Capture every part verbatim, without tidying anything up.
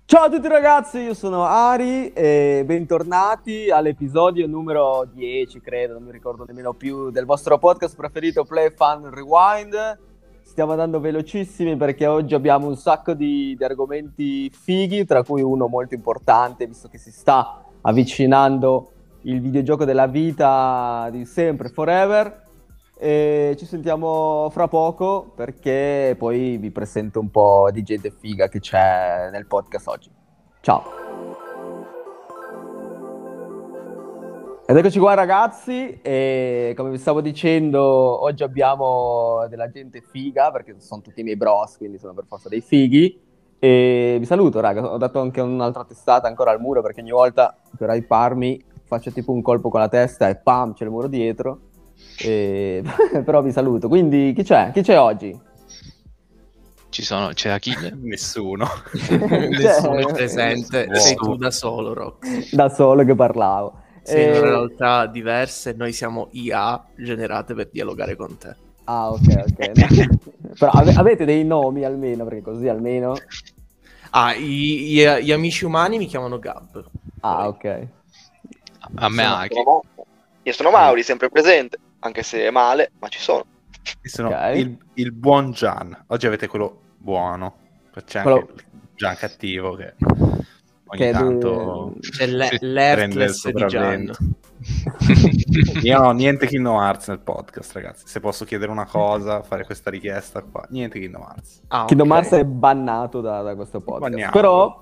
Ciao a tutti ragazzi, io sono Ari e bentornati all'episodio numero dieci, credo, non mi ricordo nemmeno più, del vostro podcast preferito Play Fun Rewind. Stiamo andando velocissimi perché oggi abbiamo un sacco di, di argomenti fighi, tra cui uno molto importante, visto che si sta avvicinando il videogioco della vita di sempre, forever. E ci sentiamo fra poco perché poi vi presento un po' di gente figa che c'è nel podcast oggi. Ciao. Ed eccoci qua ragazzi, e come vi stavo dicendo oggi abbiamo della gente figa perché sono tutti i miei bros, quindi sono per forza dei fighi. E vi saluto raga, ho dato anche un'altra testata ancora al muro perché ogni volta per hyparmi faccio tipo un colpo con la testa e pam c'è il muro dietro. E... però vi saluto. Quindi chi c'è? Chi c'è oggi? Ci sono, c'è Achille? Nessuno. Nessuno presente, Wow. sei tu da solo, Rox. Da solo che parlavo. Sei in E- realtà diverse, noi siamo I A generate per dialogare con te. Ah, ok, ok. Però ave- avete dei nomi almeno, perché così almeno... Ah, i- i- gli amici umani mi chiamano Gab. Ah, ok. A me Sono- Aki. sono Mo- Io sono Mauri, sempre presente, anche se è male, ma ci sono. Io sono Ok. il, il buon Gian. Oggi avete quello buono. Poi c'è anche Quello- il Gian cattivo che ogni Che tanto C'è le- Sì, prende il l'Heartless di Gian. sopravvento. Io non ho niente Kingdom Hearts nel podcast, ragazzi. Se posso chiedere una cosa, fare questa richiesta qua, niente Kingdom Hearts. Ah, Kingdom ok. Hearts è bannato da, da questo podcast. Banniamo. Però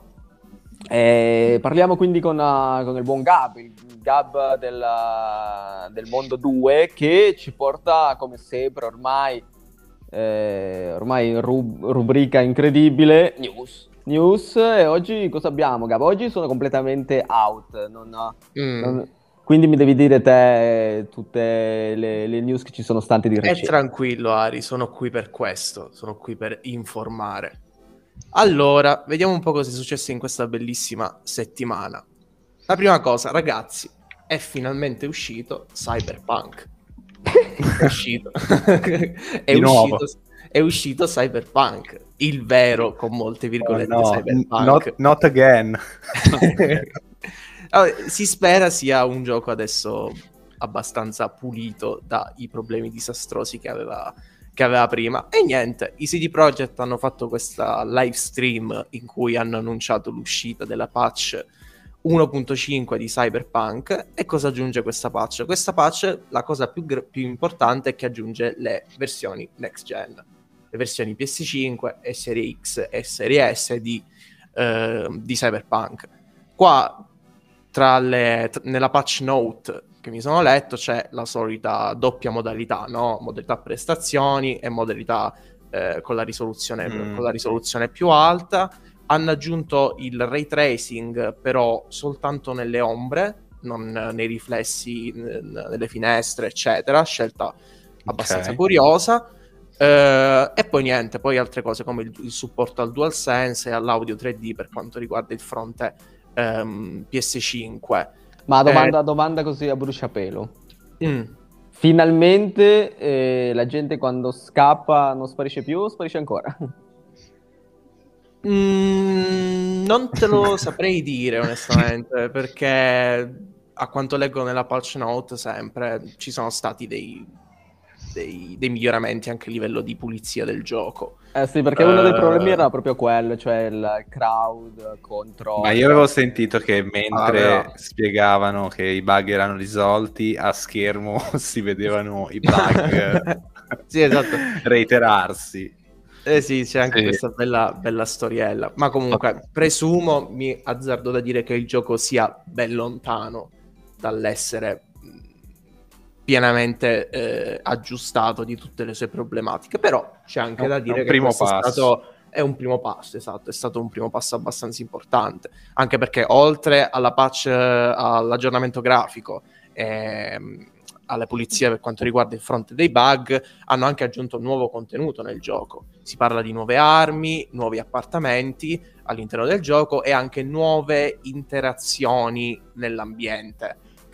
eh, parliamo quindi con, uh, con il buon Gab, il Gab della- del mondo due, che ci porta come sempre ormai, eh, ormai in rub- rubrica incredibile, news. News, e oggi cosa abbiamo Gab? Oggi sono completamente out, non, Mm. non- quindi mi devi dire te tutte le, le news che ci sono state di E recente. tranquillo, Ari, sono qui per questo, sono qui per informare. Allora, vediamo un po' cosa è successo in questa bellissima settimana. La prima cosa, ragazzi, è finalmente uscito Cyberpunk. È uscito. è, Di nuovo. uscito è uscito Cyberpunk, il vero, con molte virgolette, Oh, no, Cyberpunk. not, not again. Allora, si spera sia un gioco adesso abbastanza pulito dai problemi disastrosi che aveva, che aveva prima. E niente, i C D Projekt hanno fatto questa live stream in cui hanno annunciato l'uscita della patch uno punto cinque di Cyberpunk. E cosa aggiunge questa patch? Questa patch, la cosa più, gr- più importante è che aggiunge le versioni next gen, le versioni P S cinque e Serie X e Serie S di, eh, di Cyberpunk. Qua tra le, t- nella patch note che mi sono letto c'è la solita doppia modalità, no? Modalità prestazioni e modalità eh, con la risoluzione, Mm. con la risoluzione più alta. Hanno aggiunto il ray tracing però soltanto nelle ombre, non nei riflessi, n- nelle finestre, eccetera. Scelta abbastanza Ok. curiosa. Eh, e poi niente, poi altre cose come il, il supporto al DualSense e all'audio tre D per quanto riguarda il fronte ehm, P S cinque. Ma domanda, Eh. domanda così a bruciapelo. Mm. Finalmente eh, la gente quando scappa non sparisce più o sparisce ancora? Mm, non te lo saprei dire onestamente, perché a quanto leggo nella patch note sempre ci sono stati dei, dei, dei miglioramenti anche a livello di pulizia del gioco. Eh sì, perché uno dei Eh. problemi era proprio quello, cioè il crowd contro... Ma io avevo sentito che mentre Ah, però- spiegavano che i bug erano risolti, a schermo si vedevano i bug Sì, esatto. reiterarsi. Eh sì, c'è anche Sì. questa bella, bella storiella. Ma comunque, presumo, mi azzardo da dire che il gioco sia ben lontano dall'essere mh, pienamente eh, aggiustato di tutte le sue problematiche. Però c'è anche È un- da è dire un che primo questo è passo. stato è un primo passo, esatto, è stato un primo passo abbastanza importante. Anche perché oltre alla patch, eh, all'aggiornamento grafico, ehm, alle pulizie per quanto riguarda il fronte dei bug, hanno anche aggiunto nuovo contenuto nel gioco. Si parla di nuove armi, nuovi appartamenti all'interno del gioco e anche nuove interazioni nell'ambiente, che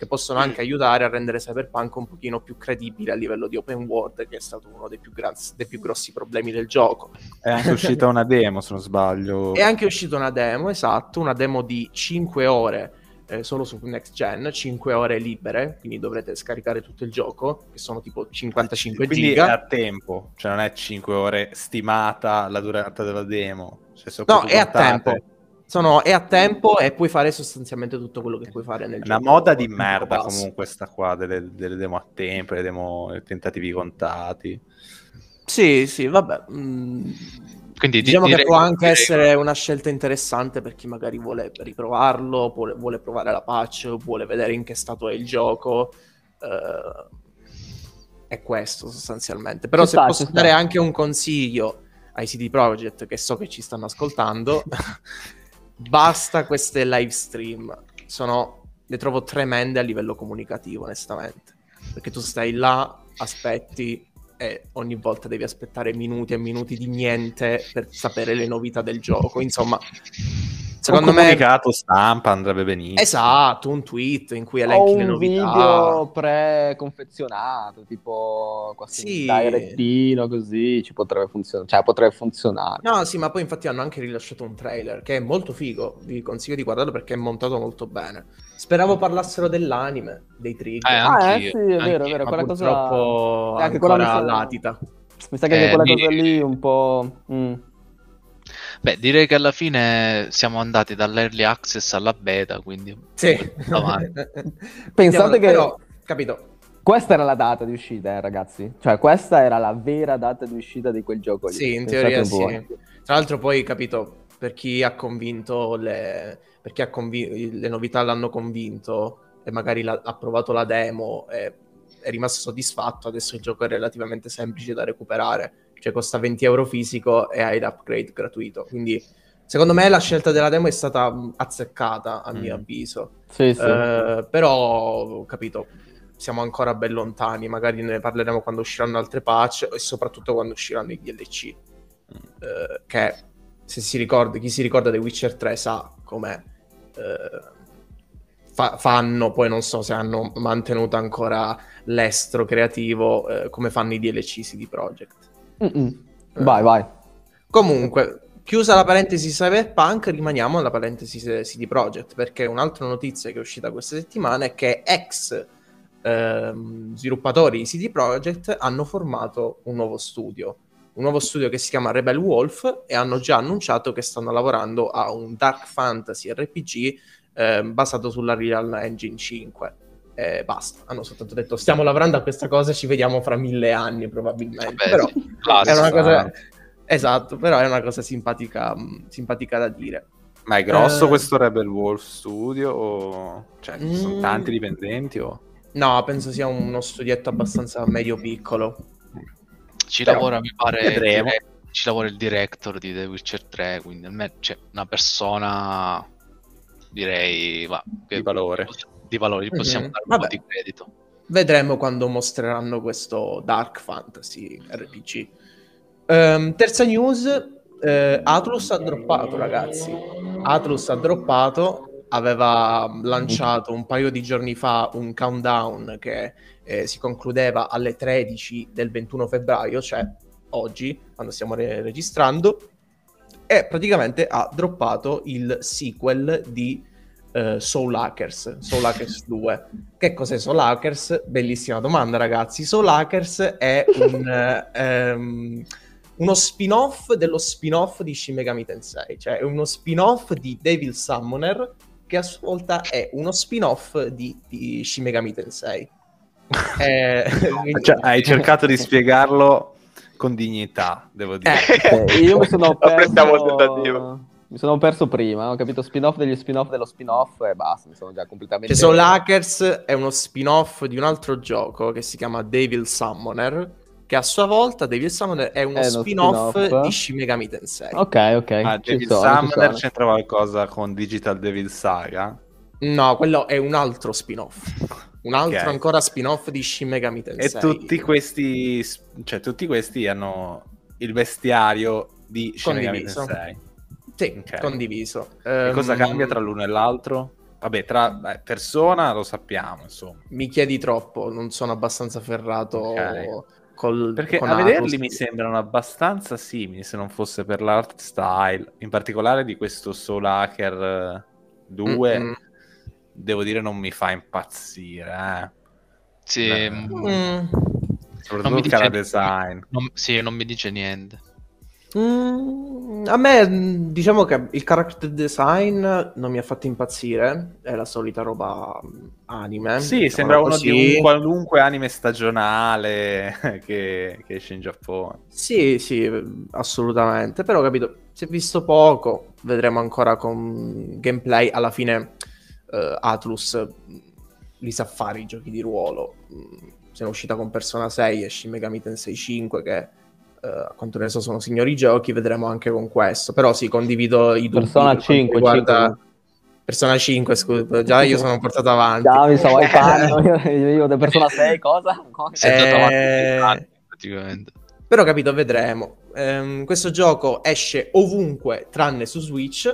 che possono anche aiutare a rendere Cyberpunk un pochino più credibile a livello di open world, che è stato uno dei più, gran- dei più grossi problemi del gioco. È anche uscita una demo, se non sbaglio. È anche uscita una demo, esatto, una demo di cinque ore eh, solo su Next Gen, cinque ore libere, quindi dovrete scaricare tutto il gioco, che sono tipo cinquantacinque Quindi giga. è a tempo, cioè non è cinque ore stimata la durata della demo. Cioè, se No, è a contate- tempo. Sono, è a tempo e puoi fare sostanzialmente tutto quello che puoi fare nel È una gioco. moda di merda Pass. comunque sta qua, delle, delle demo a tempo, le demo i tentativi contati. Sì, sì, vabbè. mm, Quindi di- diciamo che direi- può anche direi- essere una scelta interessante per chi magari vuole riprovarlo, vuole, vuole provare la patch, vuole vedere in che stato è il gioco. eh, è questo sostanzialmente. Però Ci se sta, posso ci sta. dare anche un consiglio ai C D Projekt, che so che ci stanno ascoltando, basta queste live stream. Sono, le trovo tremende a livello comunicativo, onestamente. Perché tu stai là, aspetti e ogni volta devi aspettare minuti e minuti di niente per sapere le novità del gioco. Insomma, secondo un me comunicato stampa andrebbe benissimo. esatto, un tweet in cui O elenchi le un novità. video pre-confezionato, tipo quasi Sì. un direttino, così ci potrebbe funzionare, cioè potrebbe funzionare. No, sì, ma poi infatti hanno anche rilasciato un trailer che è molto figo. Vi consiglio di guardarlo perché è montato molto bene. Speravo parlassero dell'anime, dei trigger. Eh, Ah, eh anch'io, sì, è vero, è anch'io. vero, ma quella cosa purtroppo e anche quella ancora mi sa- latita. Mi sa che anche Eh, quella lì- cosa lì un po'... mm. Beh, direi che alla fine siamo andati dall'early access alla beta, quindi Sì. avanti. Pensate che- Però, capito. Questa era la data di uscita, eh, ragazzi. Cioè, questa era la vera data di uscita di quel gioco lì. Sì, in Pensate teoria un po'. sì. Tra l'altro poi, capito, per chi ha convinto le... per chi ha convi- le novità l'hanno convinto e magari l'ha- ha provato la demo e è rimasto soddisfatto, adesso il gioco è relativamente semplice da recuperare. Cioè costa venti euro fisico e hai l'upgrade gratuito. Quindi, secondo me, la scelta della demo è stata mh, azzeccata, a mio Mm. avviso. Sì, sì. Eh, però, capito, siamo ancora ben lontani. Magari ne parleremo quando usciranno altre patch e soprattutto quando usciranno i D L C. Eh, che, se si ricorda, chi si ricorda di Witcher tre sa com'è. Eh, fa- fanno, poi non so se hanno mantenuto ancora l'estro creativo, eh, come fanno i D L C C D Projekt. Mm-mm. Vai, vai. Comunque, chiusa la parentesi Cyberpunk, rimaniamo alla parentesi C D Projekt, perché un'altra notizia che è uscita questa settimana è che ex ehm, sviluppatori di C D Projekt hanno formato un nuovo studio, un nuovo studio che si chiama Rebel Wolf, e hanno già annunciato che stanno lavorando a un dark fantasy R P G ehm, basato sulla Real Engine cinque. E basta, hanno soltanto detto stiamo lavorando a questa cosa, ci vediamo fra mille anni probabilmente. Vabbè, Però sì, classico. è una cosa, esatto, però è una cosa simpatica, mh, simpatica da dire. Ma è grosso Eh. questo Rebel Wolf Studio? O... Cioè, ci sono Mm. tanti dipendenti? O... No, penso sia uno studietto abbastanza medio piccolo. Ci Però lavora, mi pare, il vedremo. dire- ci lavora il director di The Witcher tre, quindi almeno c'è una persona, direi, va, che- Di valore. di valore, gli possiamo Mhm. dare un po' Vabbè. di credito. Vedremo quando mostreranno questo Dark Fantasy R P G. Ehm, terza news, eh, Atlus ha droppato, ragazzi. Atlus ha droppato, aveva lanciato un paio di giorni fa un countdown che eh, si concludeva alle tredici del ventuno febbraio, cioè oggi, quando stiamo re- registrando, e praticamente ha droppato il sequel di eh, Soul Hackers, Soul Hackers due. Che cos'è Soul Hackers? Bellissima domanda, ragazzi. Soul Hackers è un, eh, ehm, uno spin-off dello spin-off di Shin Megami Tensei, cioè è uno spin-off di Devil Summoner che a sua volta è uno spin-off di, di Shin Megami Tensei. Eh, quindi- Cioè, hai cercato di spiegarlo con dignità, devo dire. Eh, Eh, io mi sono Aspettiamo il perso... tentativo. Mi sono perso prima, ho capito spin-off degli spin-off dello spin-off e basta, mi sono già completamente... Cioè, Soul Hackers è uno spin-off di un altro gioco che si chiama Devil Summoner, che a sua volta Devil Summoner è uno, È uno spin-off, spin-off. di Shin Megami Tensei. Ok, ok. Ah, ci Devil sono, ci Summoner sono. c'entra qualcosa con Digital Devil Saga? No, quello è un altro spin-off. Un altro Ok. ancora spin-off di Shin Megami E Tensei. tutti questi, cioè tutti questi hanno il bestiario di Shin Megami Condiviso. Tensei. Sì, Ok. condiviso. E cosa Ehm, cambia tra l'uno e l'altro? A vabbè, tra beh, Persona lo sappiamo, insomma. Mi chiedi troppo, non sono abbastanza ferrato Ok. col, Perché con a vederli Atlus. mi sembrano abbastanza simili, se non fosse per l'art style, in particolare di questo Soul Hacker due, Mm-mm. devo dire non mi fa impazzire, eh. Sì, Beh, mm, Mm. non soprattutto mi il dice cara niente. design. Non- sì, non mi dice niente. Mm, a me, mm, diciamo che il character design non mi ha fatto impazzire, è la solita roba mm, anime. Sì, mettiamola sembra uno così. di un qualunque anime stagionale che, che esce in Giappone. Sì, sì, assolutamente. Però, capito, si è visto poco, vedremo ancora con gameplay. Alla fine eh, Atlus mh, li sa fare i giochi di ruolo. Mh, Se ne è uscita con Persona sei e Shin Megami Tensei cinque, che eh, a quanto ne so sono signori giochi, vedremo anche con questo. Però sì, condivido i dubbi Persona per quanto cinque, riguarda cinque. Persona cinque, scusa, già io sono portato avanti. Già mi stavo hypando, io, io da Persona sei, cosa? Si è andato avanti Eh, vent'anni, praticamente. Però capito, vedremo. Ehm, questo gioco esce ovunque tranne su Switch.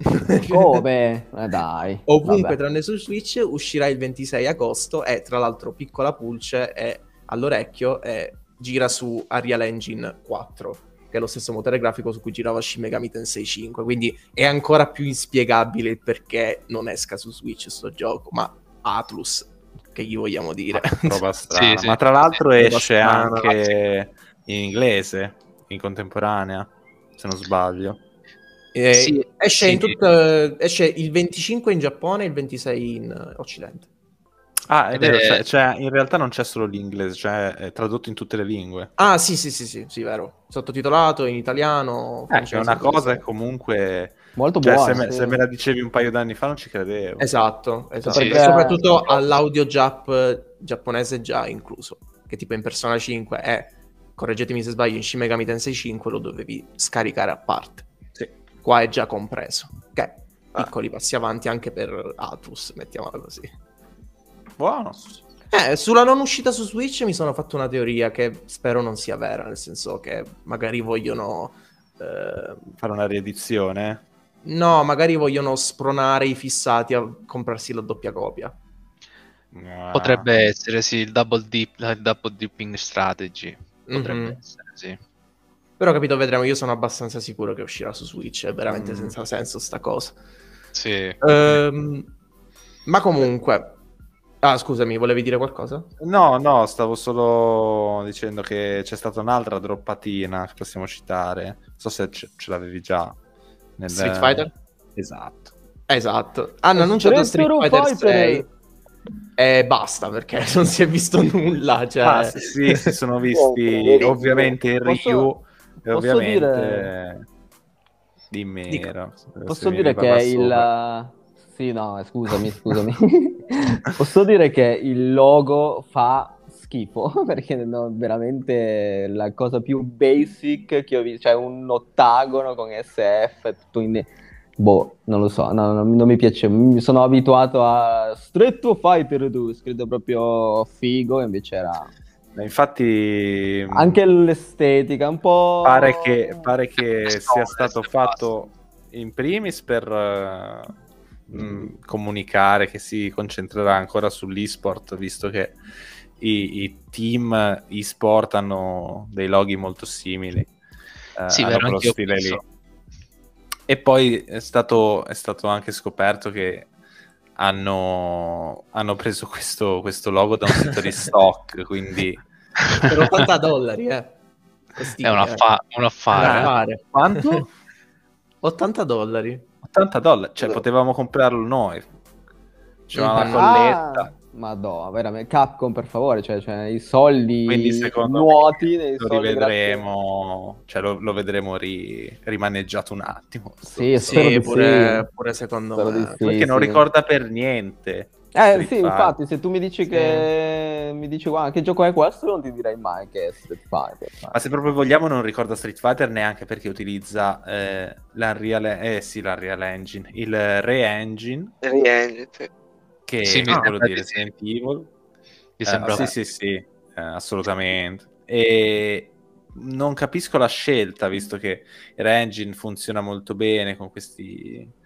Come? Eh, dai. Ovunque Vabbè. tranne su Switch, uscirà il ventisei agosto e tra l'altro piccola pulce è all'orecchio e gira su Unreal Engine quattro, che è lo stesso motore grafico su cui girava Shin Megami Tensei cinque, quindi è ancora più inspiegabile il perché non esca su Switch sto gioco, ma Atlus, che gli vogliamo dire? Roba strana. sì. Ma tra l'altro Roba esce strana, anche in inglese, in contemporanea, se non sbaglio. Eh, Sì, esce, sì. in tutto, esce il venticinque in Giappone e il ventisei in eh, Occidente. Ah, è Ed vero, è- cioè, cioè, in realtà non c'è solo l'inglese, cioè è tradotto in tutte le lingue. Ah, sì, sì, sì, sì, sì, vero. Sottotitolato in italiano, Eh, che francese. è una cosa inglese. che comunque... Molto Cioè, buona, se me, sì. se me la dicevi un paio d'anni fa non ci credevo. Esatto, esatto. Sì, E soprattutto sì. all'audio Jap giapponese già incluso, che tipo in Persona cinque è, correggetemi se sbaglio, in Shin Megami Tensei cinque lo dovevi scaricare a parte. Sì. Qua è già compreso. Ok, piccoli passi avanti anche per Atlus, mettiamola così. Buono. Eh, sulla non uscita su Switch mi sono fatto una teoria che spero non sia vera, nel senso che magari vogliono... eh, Fare una riedizione. no, magari vogliono spronare i fissati a comprarsi la doppia copia. Ah. Potrebbe essere sì, il double dip, il double dipping strategy. Potrebbe Mhm. essere, sì. Però capito, vedremo, io sono abbastanza sicuro che uscirà su Switch, è veramente Mm. senza senso sta cosa. Sì. Ehm, ma comunque... Ah, scusami, volevi dire qualcosa? No, no, stavo solo dicendo che c'è stata un'altra droppatina che possiamo citare. Non so se ce, ce l'avevi già. Nel... Street Fighter? Esatto. Esatto. Hanno annunciato Street Fighter sei e basta, perché non si è visto nulla. Cioè... Ah, sì, sì, si sono visti Niente, ovviamente in posso- review e posso ovviamente dire- dimmi Dica. Nero, Posso se mi dire parla che sopra. il... Sì, no, scusami, scusami. Posso dire che il logo fa schifo, perché no, veramente la cosa più basic che ho visto, cioè un ottagono con S F, tutto in... Boh, non lo so, no, non, non mi piace, mi sono abituato a Street Fighter due, scritto proprio figo, invece era... Infatti Anche l'estetica, un po'... pare che, pare che È sia scomodo, stato è fatto in primis per eh, mh, comunicare che si concentrerà ancora sull'esport, visto che i, i team e-sport hanno dei loghi molto simili, eh, Sì, hanno vero, quello anch'io stile penso. lì. E poi è stato, è stato anche scoperto che hanno, hanno preso questo, questo logo da un sito di stock, quindi Per ottanta dollari, eh. Costine, È un, eh. affa- un affare. Un eh. affare. quanto? ottanta dollari. ottanta dollari, cioè potevamo comprarlo noi. C'era la Mhm. colletta. Ah, madonna, veramente. Capcom, per favore, cioè, cioè i soldi Quindi secondo nuoti me nei lo soldi rivedremo, cioè lo, lo vedremo ri- rimaneggiato un attimo. Sì, spero Sì, di pure, sì. pure secondo Spero me. di sì, Perché non sì. ricorda per niente. Eh Street sì, Fighter. infatti, se tu mi dici Sì. che mi dici guarda, che gioco è questo, non ti direi mai che è Street Fighter. Ma se proprio vogliamo non ricorda Street Fighter neanche perché utilizza eh, l'Unreal, eh sì, l'Unreal Engine, il Re-Engine, Re-Engine, sì. che Sì, mi è quello sembra di di sì. Resident Evil. Mi Eh, sembra sì, sì, sì, eh, assolutamente. E non capisco la scelta, visto che il Re-Engine funziona molto bene con questi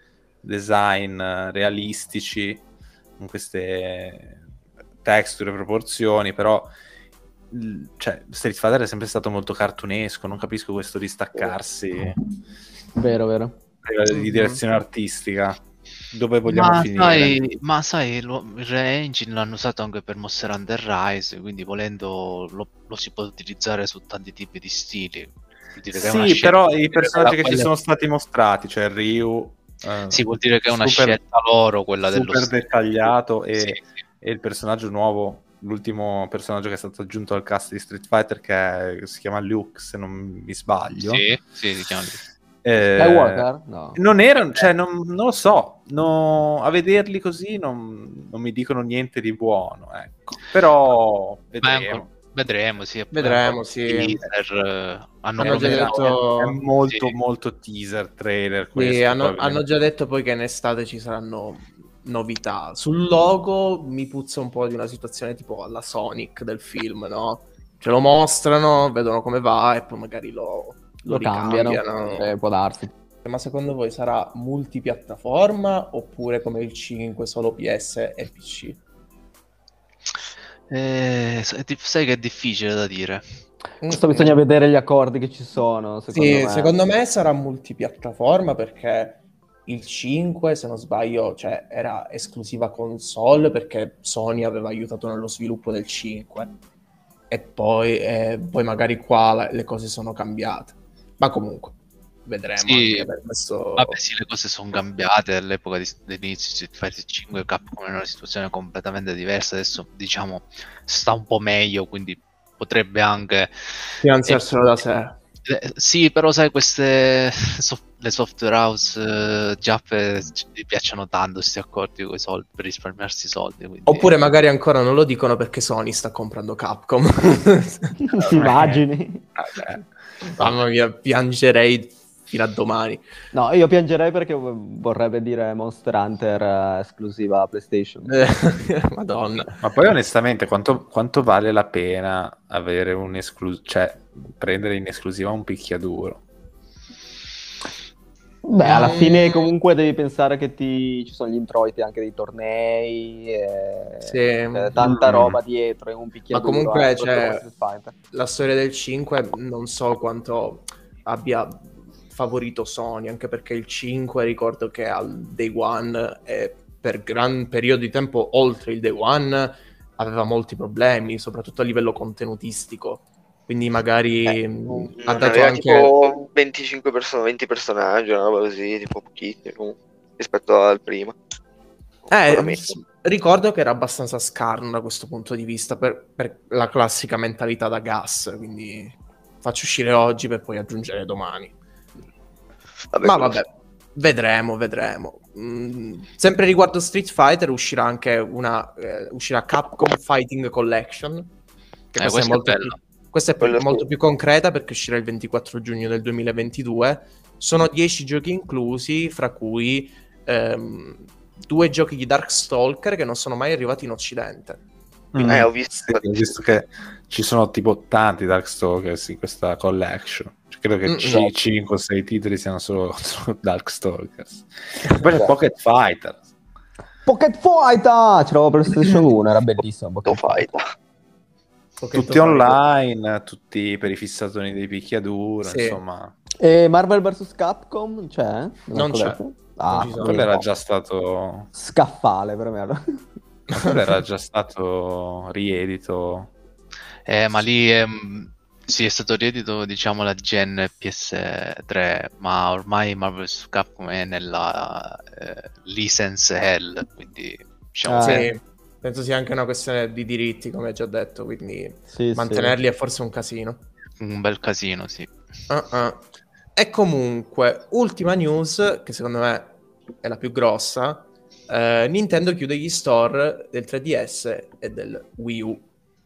design realistici, con queste texture e proporzioni, però cioè, Street Fighter è sempre stato molto cartunesco, non capisco questo distaccarsi Vero, vero. a livello di direzione artistica. Dove vogliamo ma finire? sai, ma sai, lo, il Re-Engine l'hanno usato anche per Monster Hunter Rise, quindi volendo lo, lo si può utilizzare su tanti tipi di stili. Vuol dire che è una Sì, scelta, però vuol i dire personaggi che che ci quella- sono stati mostrati, cioè Ryu, eh, Sì, vuol dire che è una super- scelta loro quella dello super stile. dettagliato e, Sì, sì. e il personaggio nuovo, l'ultimo personaggio che è stato aggiunto al cast di Street Fighter, che, è- che si chiama Luke, se non mi sbaglio. Sì, sì, si chiama lì. Eh, Skywalker? No. non erano, cioè non, non lo so, no, a vederli così non, non mi dicono niente di buono, ecco. Però Ma è vedremo. ancora- vedremo, sì. è Vedremo, ancora sì. un teaser, eh, hanno Hanno già promesso- detto- È molto Sì. molto teaser trailer Sì, questo, hanno, hanno probabilmente. già detto poi che in estate ci saranno novità. Sul logo mi puzza un po' di una situazione tipo alla Sonic del film, no? Ce lo mostrano, vedono come va e poi magari lo, Lo cambiano. ricambiano. Eh, può darsi. Ma secondo voi sarà multipiattaforma oppure come il cinque solo P S e P C? Eh, è di- sai che è difficile da dire. Questo bisogna vedere gli accordi che ci sono, secondo Sì, me. secondo me sarà multipiattaforma perché il cinque, se non sbaglio, cioè, era esclusiva console perché Sony aveva aiutato nello sviluppo del cinque e poi, eh, poi magari qua la- le cose sono cambiate. Ma comunque, vedremo Sì, anche per questo. Vabbè, sì, le cose sono cambiate all'epoca di, dell'inizio di Street Fighter cinque. Capcom era una situazione completamente diversa. Adesso, diciamo, sta un po' meglio, quindi potrebbe anche Finanziarselo da sé. Eh, sì, però sai, queste soft- le software house eh, giappe ci- gli piacciono tanto questi accordi con i soldi per risparmiarsi i soldi. Quindi... Oppure magari ancora non lo dicono perché Sony sta comprando Capcom. Immagini. Vabbè. Mamma mia, piangerei fino a domani. No, io piangerei perché vorrebbe dire Monster Hunter eh, esclusiva PlayStation. Eh, Madonna. Ma poi onestamente quanto, quanto vale la pena avere un esclusivo, cioè prendere in esclusiva un picchiaduro? Beh, alla Mm. fine comunque devi pensare che ti... ci sono gli introiti anche dei tornei, e... Sì. eh, tanta Mm. roba dietro, e un picchiaduro. Ma comunque, eh, soprattutto cioè, con Street Fighter. La storia del cinque non so quanto abbia favorito Sony, anche perché il cinque ricordo che al day one e per gran periodo di tempo oltre il day one aveva molti problemi, soprattutto a livello contenutistico. Quindi magari Eh, mh, ha non dato aveva anche... tipo venticinque persone, venti personaggi, una roba così, tipo pochissimi comunque, rispetto al prima. Eh, Veramente. s- ricordo che era abbastanza scarno da questo punto di vista per, per la classica mentalità da gas, quindi faccio uscire oggi per poi aggiungere domani. Vabbè, Ma quello vabbè, vedremo, vedremo. Mm, sempre riguardo Street Fighter uscirà anche una eh, uscirà Capcom Fighting Collection, che Eh, questa è questa è molto bella. più, questa è Quello sì. molto più concreta perché uscirà il ventiquattro giugno del duemilaventidue. Sono dieci giochi inclusi, fra cui ehm, due giochi di Darkstalker che non sono mai arrivati in Occidente. Eh, ho visto. Sì, ho visto che ci sono tipo tanti Darkstalkers in questa collection. Cioè, credo che Mm-mm. cinque o sei titoli siano solo, solo Darkstalkers. Poi c'è Pocket Fighter. Pocket Fighter! Ce l'avevo per PlayStation uno, era bellissimo. Go Pocket fight. Pocket Tutti Fighter. online, tutti per i fissatoni dei picchiaduro, Sì. insomma. E Marvel versus. Capcom c'è? Non c'è. detto? Ah, Non ci sono. Quello era già stato... scaffale per me. quello era già stato riedito. Eh, ma lì ehm, sì, è stato riedito, diciamo, la gen P S tre, ma ormai Marvel vs. Capcom è nella eh, license hell, quindi diciamo Ah, che Sì, penso sia anche una questione di diritti, come già detto, quindi Sì, mantenerli è forse un casino. è un bel casino, sì. Uh-uh. E comunque, ultima news, che secondo me è la più grossa, eh, Nintendo chiude gli store del tre D S e del Wii U.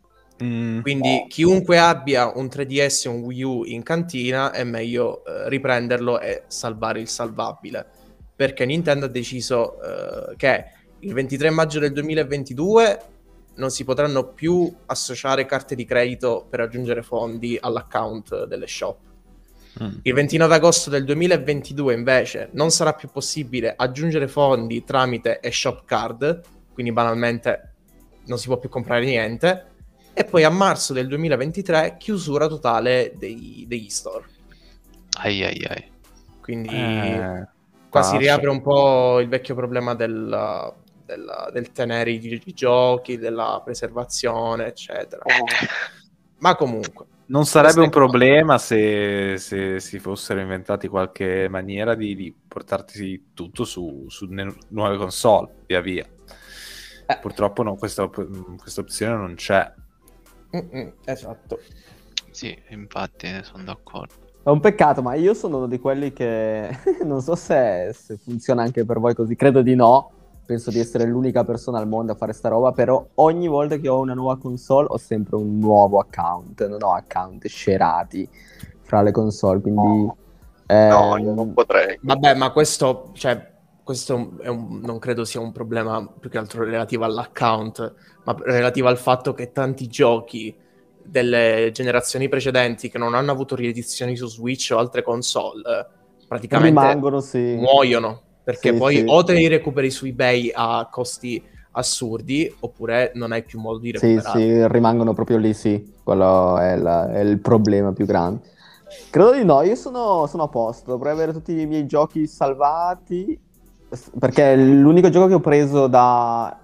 Mm. Quindi chiunque abbia un tre D S e un Wii U in cantina è meglio eh, riprenderlo e salvare il salvabile, perché Nintendo ha deciso eh, che il ventitré maggio del duemilaventidue non si potranno più associare carte di credito per aggiungere fondi all'account delle shop. Mm. Il ventinove agosto del duemilaventidue invece non sarà più possibile aggiungere fondi tramite eShop Card, quindi banalmente non si può più comprare niente, e poi a marzo del duemilaventitré chiusura totale dei- degli store. Ai ai ai. Quindi Eh, qua si passo. riapre un po' il vecchio problema del, del- del tenere i, i giochi, della preservazione, eccetera. Ma comunque, Non sarebbe un queste cose- problema se, se si fossero inventati qualche maniera di, di portarti tutto su, su ne- nuove console, via via. Eh. Purtroppo no, questa, op- questa opzione non c'è. Mm-mm, esatto. Sì, infatti sono d'accordo. È un peccato, ma io sono uno di quelli che non so se, se funziona anche per voi così, credo di no. Penso di essere l'unica persona al mondo a fare sta roba, però ogni volta che ho una nuova console ho sempre un nuovo account, non ho account scerati fra le console, quindi... No, ehm, io non potrei. Vabbè, ma questo, cioè, questo è un- non credo sia un problema più che altro relativo all'account, ma relativo al fatto che tanti giochi delle generazioni precedenti che non hanno avuto riedizioni su Switch o altre console, eh, praticamente rimangono, sì. muoiono, perché Sì, poi sì. o te li recuperi su eBay a costi assurdi, oppure non hai più modo di Sì, recuperarli. sì, rimangono proprio lì, sì. Quello è, la- è il problema più grande. Credo di no, io sono, sono a posto, dovrei avere tutti i miei giochi salvati, s- perché l'unico gioco che ho preso da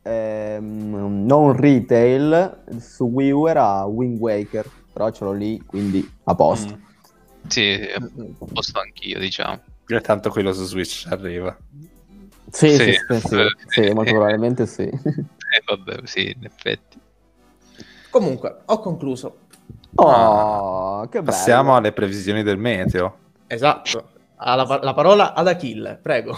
ehm, non retail su Wii U era Wind Waker, però ce l'ho lì, quindi a posto. Mm. Sì, Mm-mm. posto anch'io, diciamo. E tanto quello su Switch arriva. Sì, sì, Sì, sì, sì, eh, sì, eh, molto eh. probabilmente sì. Eh, vabbè, sì, in effetti. Comunque, ho concluso. Oh, che bello. Passiamo alle previsioni del meteo. Esatto. Ha la, la parola ad Achille, prego.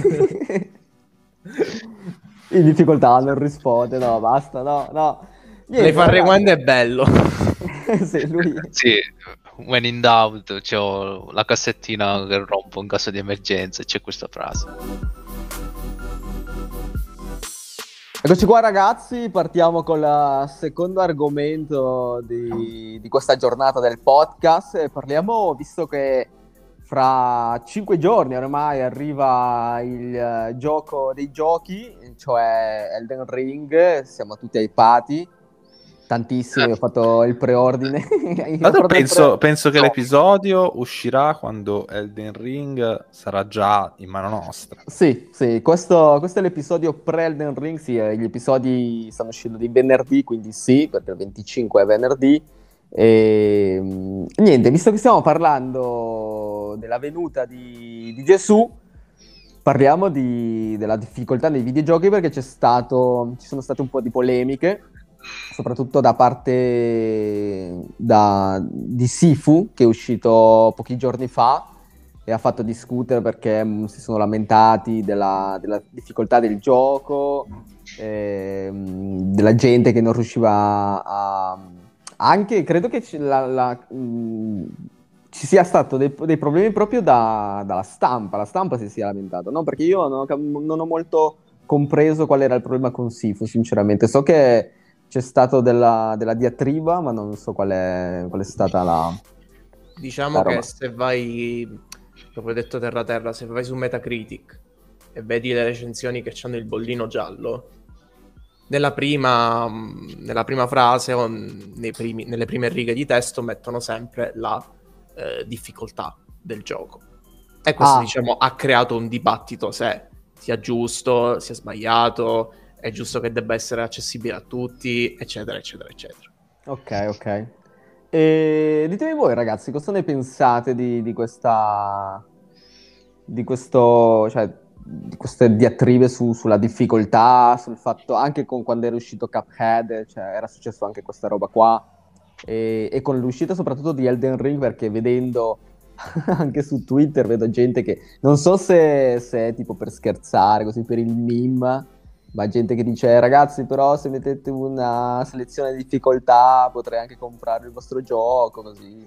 In difficoltà, non risponde, no, basta, no, no. Niente, Lei fa il ragazzi. rewind è bello. Sì, lui... Sì, when in doubt, c'ho la cassettina che rompo in caso di emergenza e c'è questa frase. Eccoci qua ragazzi, partiamo con il secondo argomento di, di questa giornata del podcast. E parliamo, visto che fra cinque giorni ormai arriva il eh, gioco dei giochi, cioè Elden Ring, siamo tutti hypati, tantissimo, io ho fatto il preordine. Io ho Tanto fatto il penso, pre- penso che No. l'episodio uscirà quando Elden Ring sarà già in mano nostra. Sì, sì, questo, questo è l'episodio pre-Elden Ring, sì, eh, gli episodi stanno uscendo di venerdì, quindi sì, perché il venticinque è venerdì. E mm, niente, visto che stiamo parlando della venuta di, di Gesù, parliamo di- della difficoltà nei videogiochi perché c'è stato, ci sono state un po' di polemiche, soprattutto da parte da- di Sifu, che è uscito pochi giorni fa e ha fatto discutere perché mh, si sono lamentati della, della difficoltà del gioco, ehm, della gente che non riusciva a... Anche, credo che ci, la- la- mh, ci sia stato dei, dei problemi proprio da- dalla stampa, la stampa si sia lamentata, no? Perché io non ho, cap- non ho molto compreso qual era il problema con Sifu, sinceramente. So che c'è stato della, della diatriba, ma non so qual è, qual è stata la... Diciamo La che roba. se vai, proprio detto terra terra, se vai su Metacritic e vedi le recensioni che hanno il bollino giallo, nella prima, mh, nella prima frase o nei primi- nelle prime righe di testo mettono sempre la eh, difficoltà del gioco. E questo, Ah. diciamo, ha creato un dibattito se sia giusto, sia sbagliato, è giusto che debba essere accessibile a tutti, eccetera, eccetera, eccetera. Ok, ok. E ditemi voi ragazzi, cosa ne pensate di, di questa... di questo... cioè, di queste diatribe su- sulla difficoltà, sul fatto... anche con quando era uscito Cuphead, cioè era successo anche questa roba qua, e, e con l'uscita soprattutto di Elden Ring, perché vedendo anche su Twitter vedo gente che... non so se, se è tipo per scherzare, così per il meme, ma gente che dice ragazzi però se mettete una selezione di difficoltà potrei anche comprare il vostro gioco così.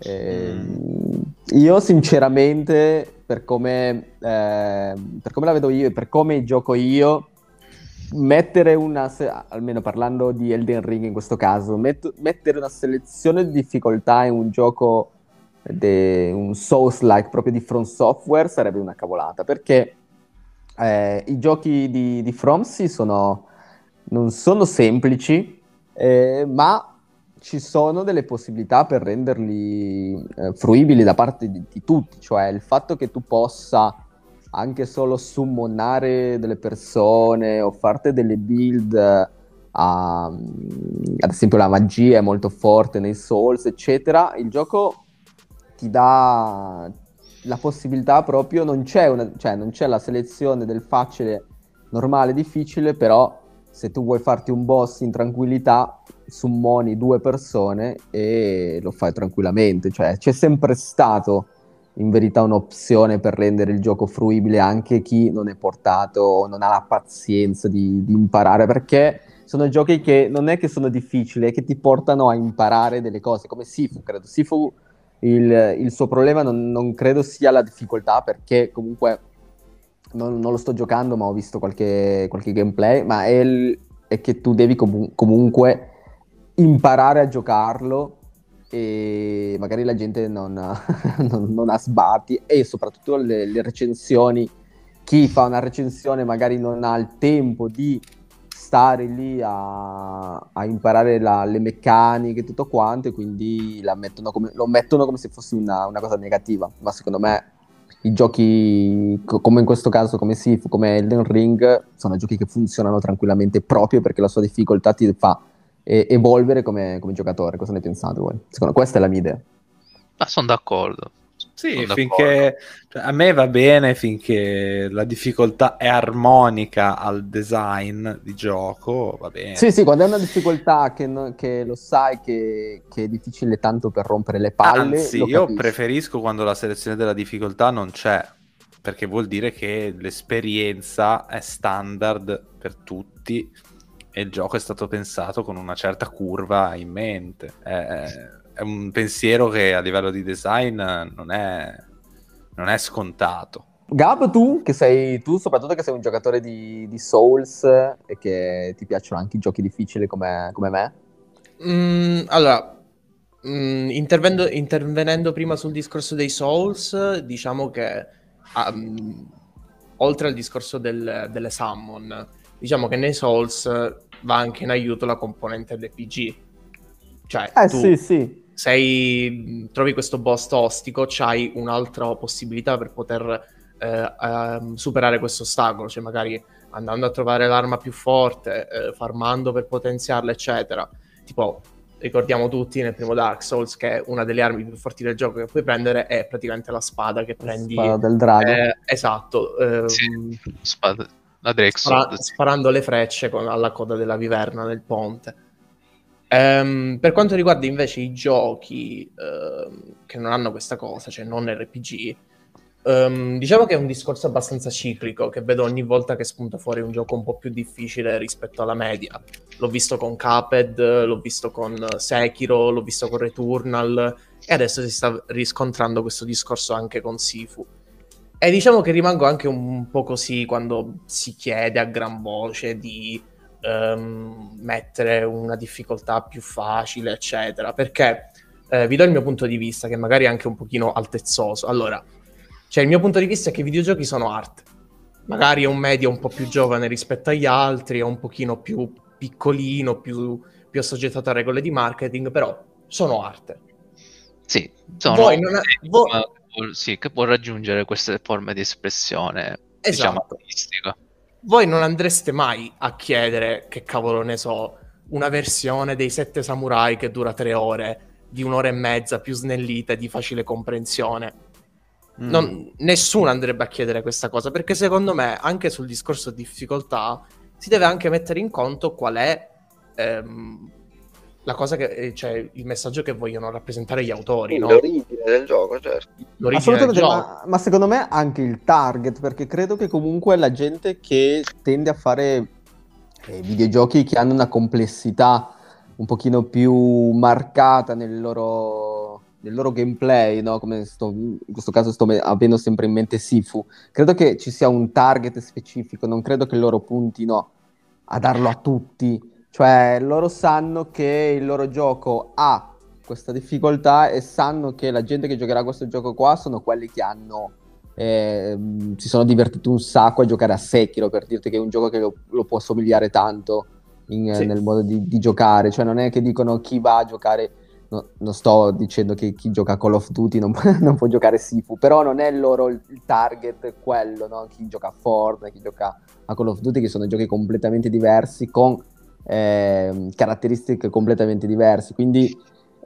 Ehm, io sinceramente per come, eh, per come la vedo io e per come gioco io, mettere una se- almeno parlando di Elden Ring in questo caso, met- mettere una selezione di difficoltà in un gioco de- un Souls-like proprio di From Software sarebbe una cavolata, perché eh, i giochi di, di From sì sono, non sono semplici, eh, ma ci sono delle possibilità per renderli eh, fruibili da parte di, di tutti, cioè il fatto che tu possa anche solo summonare delle persone o farti delle build, eh, a- ad esempio la magia è molto forte nei Souls, eccetera, il gioco ti dà la possibilità proprio, non c'è una, cioè non c'è la selezione del facile, normale, difficile, però se tu vuoi farti un boss in tranquillità, summoni due persone e lo fai tranquillamente, cioè c'è sempre stato in verità un'opzione per rendere il gioco fruibile anche chi non è portato o non ha la pazienza di, di imparare, perché sono giochi che non è che sono difficili, è che ti portano a imparare delle cose, come Sifu, credo. Sifu, il, il suo problema non, non credo sia la difficoltà, perché comunque non, non lo sto giocando, ma ho visto qualche, qualche gameplay, ma è, il- è che tu devi comu- comunque imparare a giocarlo e magari la gente non, non, non ha sbatti, e soprattutto le, le recensioni, chi fa una recensione magari non ha il tempo di stare lì a, a imparare la- le meccaniche e tutto quanto, e quindi la mettono come, lo mettono come se fosse una, una cosa negativa, ma secondo me i giochi co- come in questo caso, come Sifu, come Elden Ring, sono giochi che funzionano tranquillamente proprio perché la sua difficoltà ti fa e- evolvere come, come giocatore. Cosa ne pensate voi? Secondo questa è la mia idea. Ma sono d'accordo. Sì, Sono finché cioè, a me va bene finché la difficoltà è armonica al design di gioco, va bene. Sì, sì, quando è una difficoltà che, no- che lo sai che, che è difficile tanto per rompere le palle, Anzi, lo io capisco. preferisco quando la selezione della difficoltà non c'è, perché vuol dire che l'esperienza è standard per tutti e il gioco è stato pensato con una certa curva in mente. È, è- è un pensiero che a livello di design non è, non è scontato. Gab, tu che sei, tu soprattutto che sei un giocatore di, di Souls e che ti piacciono anche i giochi difficili come, come me. Mm, allora, mm, intervendo- intervenendo prima sul discorso dei Souls, diciamo che ah, mm, oltre al discorso del- delle summon, diciamo che nei Souls va anche in aiuto la componente R P G. Cioè, Eh tu sì, sì. sei, trovi questo boss tostico, c'hai un'altra possibilità per poter eh, ehm, superare questo ostacolo, cioè magari andando a trovare l'arma più forte, eh, farmando per potenziarla, eccetera. Tipo, ricordiamo tutti nel primo Dark Souls che una delle armi più forti del gioco che puoi prendere è praticamente la spada che prendi. Spada del drago. eh, esatto. ehm, Sì, spada- la Drake spara- Sword, sì. sparando le frecce con- alla coda della viverna nel ponte. Ehm, per quanto riguarda invece i giochi ehm, che non hanno questa cosa, cioè non R P G, ehm, diciamo che è un discorso abbastanza ciclico, che vedo ogni volta che spunta fuori un gioco un po' più difficile rispetto alla media. L'ho visto con Cuphead, l'ho visto con Sekiro, l'ho visto con Returnal, e adesso si sta riscontrando questo discorso anche con Sifu. E diciamo che rimango anche un po' così quando si chiede a gran voce di ehm, mettere una difficoltà più facile, eccetera. Perché eh, vi do il mio punto di vista, che magari è anche un pochino altezzoso. Allora, cioè il mio punto di vista è che i videogiochi sono arte. Magari è un media un po' più giovane rispetto agli altri, è un pochino più piccolino, più, più assoggettato a regole di marketing, però sono arte. Sì, sono Voi non ha- vo- ma- sì, che può raggiungere queste forme di espressione, diciamo, Esatto. artistica. Voi non andreste mai a chiedere, che cavolo ne so, una versione dei Sette Samurai che dura tre ore, di un'ora e mezza, più snellita e di facile comprensione. Mm. Non- nessuno andrebbe a chiedere questa cosa, perché secondo me, anche sul discorso difficoltà, si deve anche mettere in conto qual è ehm, la cosa che, eh, cioè il messaggio che vogliono rappresentare gli autori, no? L'origine del gioco, certo. L'origine del Assolutamente, gioco. ma, ma secondo me anche il target, perché credo che comunque la gente che tende a fare eh, videogiochi che hanno una complessità un pochino più marcata nel loro, nel loro gameplay, no? Come sto, in questo caso sto me- avendo sempre in mente Sifu, credo che ci sia un target specifico, non credo che loro puntino a darlo a tutti, cioè loro sanno che il loro gioco ha questa difficoltà e sanno che la gente che giocherà a questo gioco qua sono quelli che hanno eh, si sono divertiti un sacco a giocare a Sekiro, per dirti che è un gioco che lo, lo può somigliare tanto in, Sì. nel modo di, di giocare, cioè non è che dicono chi va a giocare, no, non sto dicendo che chi gioca a Call of Duty non, non può giocare Sifu, però non è loro il, il target quello, no? Chi gioca a Fortnite, chi gioca a Call of Duty, che sono giochi completamente diversi con eh, caratteristiche completamente diverse, quindi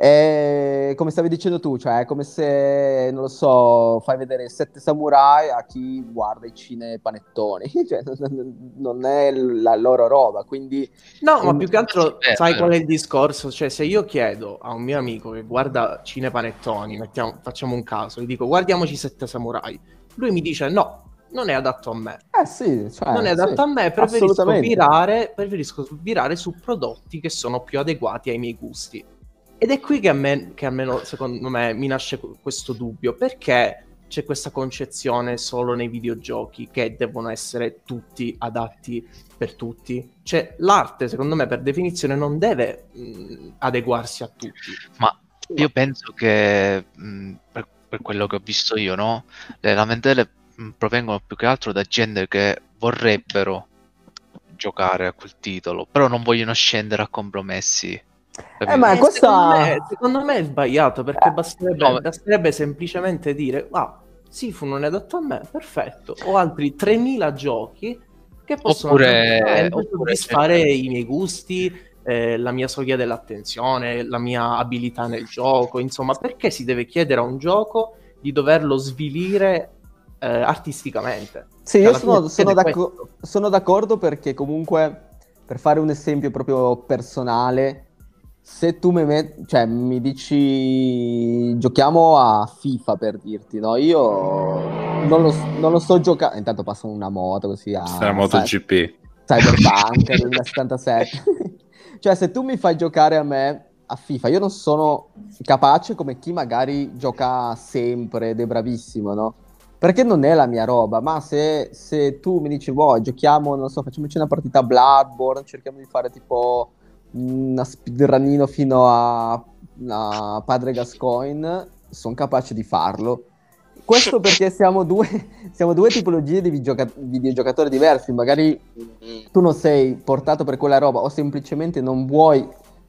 è come stavi dicendo tu, cioè è come se, non lo so, fai vedere Sette Samurai a chi guarda i cinepanettoni, cioè non- non è la loro roba, quindi No, ma un- più che altro, Sì, è sai vero. qual è il discorso? Cioè, se io chiedo a un mio amico che guarda Cinepanettoni, mettiamo, facciamo un caso, gli dico guardiamoci Sette Samurai, lui mi dice no, non è adatto a me. eh sì, cioè, Non è adatto sì, a me, preferisco assolutamente. virare, preferisco virare su prodotti che sono più adeguati ai miei gusti. Ed è qui che a me, che almeno secondo me, mi nasce questo dubbio, perché c'è questa concezione solo nei videogiochi che devono essere tutti adatti per tutti? Cioè, l'arte, secondo me, per definizione non deve mh, adeguarsi a tutti. Ma io penso che mh, per, per quello che ho visto io, no? Le lamentele mh, provengono più che altro da gente che vorrebbero giocare a quel titolo, però non vogliono scendere a compromessi. Eh, ma Eh, questa... secondo me, secondo me è sbagliato, perché Eh, basterebbe, no, basterebbe semplicemente dire ah, Sifu non è adatto a me, perfetto, ho altri tremila giochi che possono Oppure- tranquillamente oppure soddisfare cercare- i miei gusti, eh, la mia soglia dell'attenzione, la mia abilità nel gioco, insomma, perché si deve chiedere a un gioco di doverlo svilire eh, artisticamente? Sì, Cioè, io alla fine sono, sono succede d'acco- questo. sono d'accordo perché comunque, per fare un esempio proprio personale, se tu mi, met- cioè, mi dici giochiamo a FIFA per dirti, no? Io non lo, non lo sto giocando, intanto passo una moto così a Sta la Cy- MotoGP. Cyberpunk duemilasettantasette. Cioè, se tu mi fai giocare a me a FIFA, io non sono capace come chi magari gioca sempre ed è bravissimo, no? Perché non è la mia roba, ma se, se tu mi dici, wow, giochiamo, non so, facciamoci una partita a Bloodborne, cerchiamo di fare tipo una speedrunino fino a, a Padre Gascoigne, sono capace di farlo. Questo perché siamo due, siamo due tipologie di videogioca- videogiocatori diversi, magari tu non sei portato per quella roba o semplicemente non vuoi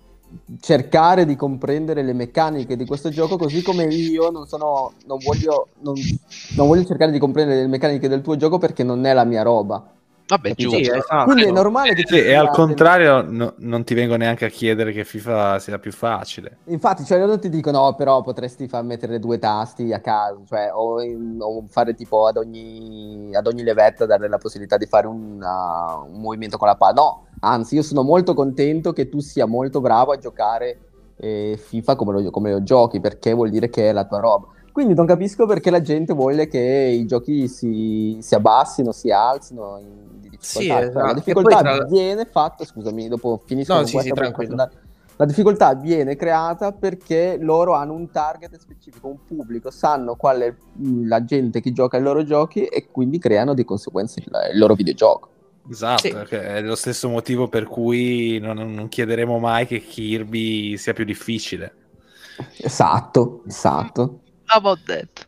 cercare di comprendere le meccaniche di questo gioco, così come io non sono non voglio non, non voglio cercare di comprendere le meccaniche del tuo gioco perché non è la mia roba. Vabbè, Capito? giusto. Sì, esatto. Quindi è normale che ci Sì, e al sia- contrario no- non ti vengo neanche a chiedere che FIFA sia più facile. Infatti, cioè, loro ti dicono, "Oh, però potresti far mettere due tasti a caso, cioè, o, in- o fare tipo ad ogni, ad ogni levetta dare la possibilità di fare una- un movimento con la palla. No, anzi, io sono molto contento che tu sia molto bravo a giocare eh, FIFA come lo, come lo giochi, perché vuol dire che è la tua roba. Quindi non capisco perché la gente vuole che i giochi si, si abbassino, si alzino in, di Sì, difficoltà. Cioè, esatto. la E difficoltà poi tra- viene fatta, scusami, dopo finisco No, con sì, sì, questa poi tranquillo. posso andare. La difficoltà viene creata perché loro hanno un target specifico, un pubblico, sanno qual è mh, la gente che gioca ai loro giochi e quindi creano di conseguenza il, il loro videogioco. Esatto, Sì. che è lo stesso motivo per cui non, non chiederemo mai che Kirby sia più difficile. Esatto, esatto. About that.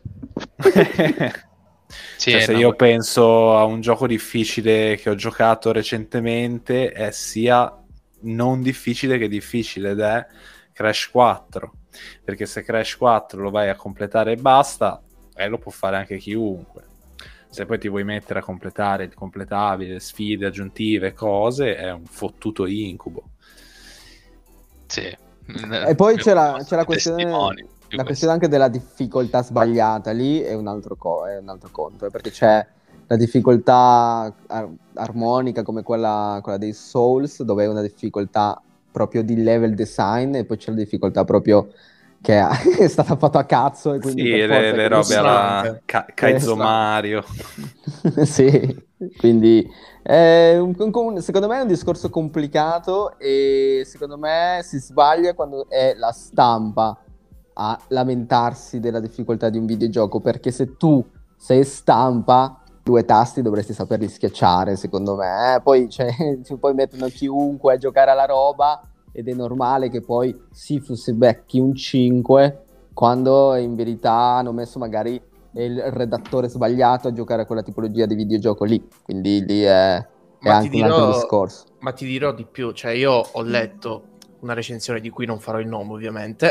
Sì, Cioè, eh, se no, io penso a un gioco difficile che ho giocato recentemente, è sia non difficile che difficile, ed è Crash quattro. Perché se Crash quattro lo vai a completare e basta, eh, lo può fare anche chiunque. Se poi ti vuoi mettere a completare il completabile, sfide aggiuntive, cose, è un fottuto incubo. sì. E poi c'è la, c'è la questione, Testimoni, più la questo. questione anche della difficoltà sbagliata, lì è un altro, co- è un altro conto, eh, perché c'è la difficoltà ar- armonica come quella, quella dei Souls, dove è una difficoltà proprio di level design, e poi c'è la difficoltà proprio che è stata fatta a cazzo e quindi Sì, per le, forza le che robe devi- alla Ka- Kaizo Esatto. Mario. Sì, quindi è un- un- secondo me è un discorso complicato e secondo me si sbaglia quando è la stampa a lamentarsi della difficoltà di un videogioco, perché se tu sei stampa, due tasti dovresti saperli schiacciare, secondo me. eh. Poi cioè, ci poi mettono chiunque a giocare alla roba ed è normale che poi Sifu si becchi un cinque quando in verità hanno messo magari il redattore sbagliato a giocare a quella tipologia di videogioco lì, quindi lì è, è Ma anche ti un altro dirò, discorso. ma ti dirò di più, cioè io ho letto una recensione di cui non farò il nome ovviamente,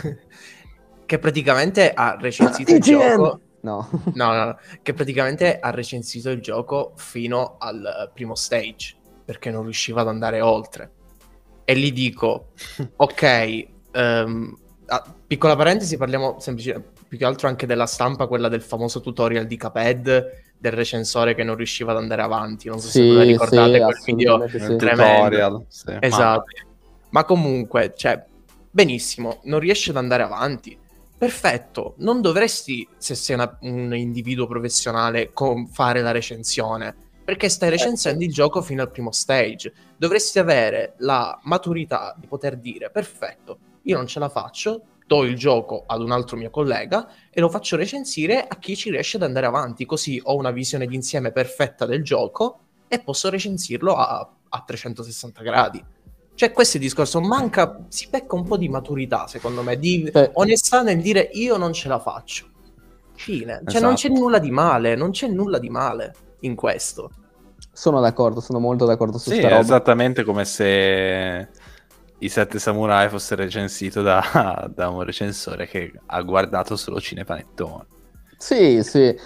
che praticamente ha recensito il gioco, No. no, no, no, che praticamente ha recensito il gioco fino al primo stage, perché non riusciva ad andare oltre. E lì dico, ok, ehm, ah, piccola parentesi, parliamo semplicemente più che altro anche della stampa, quella del famoso tutorial di Cuphead, del recensore che non riusciva ad andare avanti. Non so se ve lo Sì, ricordate, sì, quel video assolutamente sì. Nel tremendo. tutorial, sì. Esatto. Ma comunque, cioè, benissimo, non riesci ad andare avanti. Perfetto, non dovresti, se sei una- un individuo professionale, com- fare la recensione, perché stai recensendo il gioco fino al primo stage. Dovresti avere la maturità di poter dire, perfetto, io non ce la faccio, do il gioco ad un altro mio collega e lo faccio recensire a chi ci riesce ad andare avanti, così ho una visione d'insieme perfetta del gioco e posso recensirlo a, a trecentosessanta gradi. Cioè, questo è il discorso, manca, si becca un po' di maturità, secondo me, di Cioè, onestà nel dire io non ce la faccio. Fine. Cioè, non c'è Esatto. nulla di male, non c'è nulla di male in questo. sono d'accordo, sono molto d'accordo su Sì, sta è roba. esattamente come se i Sette Samurai fosse recensito da, da un recensore che ha guardato solo Cinepanettone. Sì, sì,